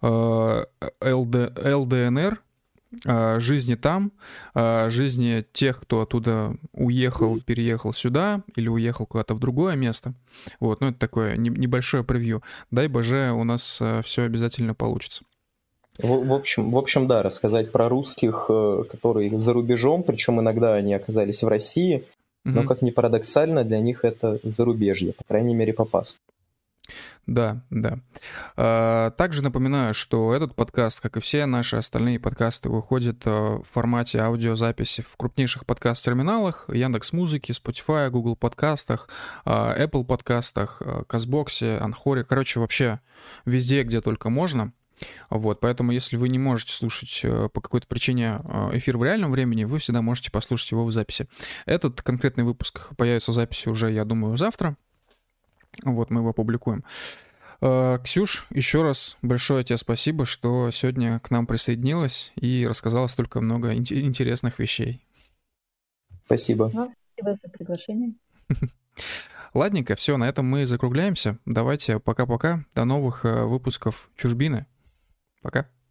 ЛДНР, жизни там, жизни тех, кто оттуда уехал, переехал сюда или уехал куда-то в другое место. Вот, это такое небольшое превью. Дай боже, у нас все обязательно получится. В общем, да, рассказать про русских, которые за рубежом, причем иногда они оказались в России, но, как ни парадоксально, для них это зарубежье, по крайней мере, по паспорту. Да, да. Также напоминаю, что этот подкаст, как и все наши остальные подкасты, выходит в формате аудиозаписи в крупнейших подкаст-терминалах: Яндекс.Музыке, Spotify, Google подкастах, Apple подкастах, Казбоксе, Анхоре. Короче, вообще везде, где только можно. Вот, поэтому если вы не можете слушать по какой-то причине эфир в реальном времени, вы всегда можете послушать его в записи. Этот конкретный выпуск появится в записи уже, я думаю, завтра. Вот, мы его опубликуем. Ксюш, еще раз большое тебе спасибо, что сегодня к нам присоединилась и рассказала столько много интересных вещей. Спасибо. Спасибо за приглашение. Ладненько, все, на этом мы закругляемся. Давайте пока-пока. До новых выпусков Чужбины. Пока.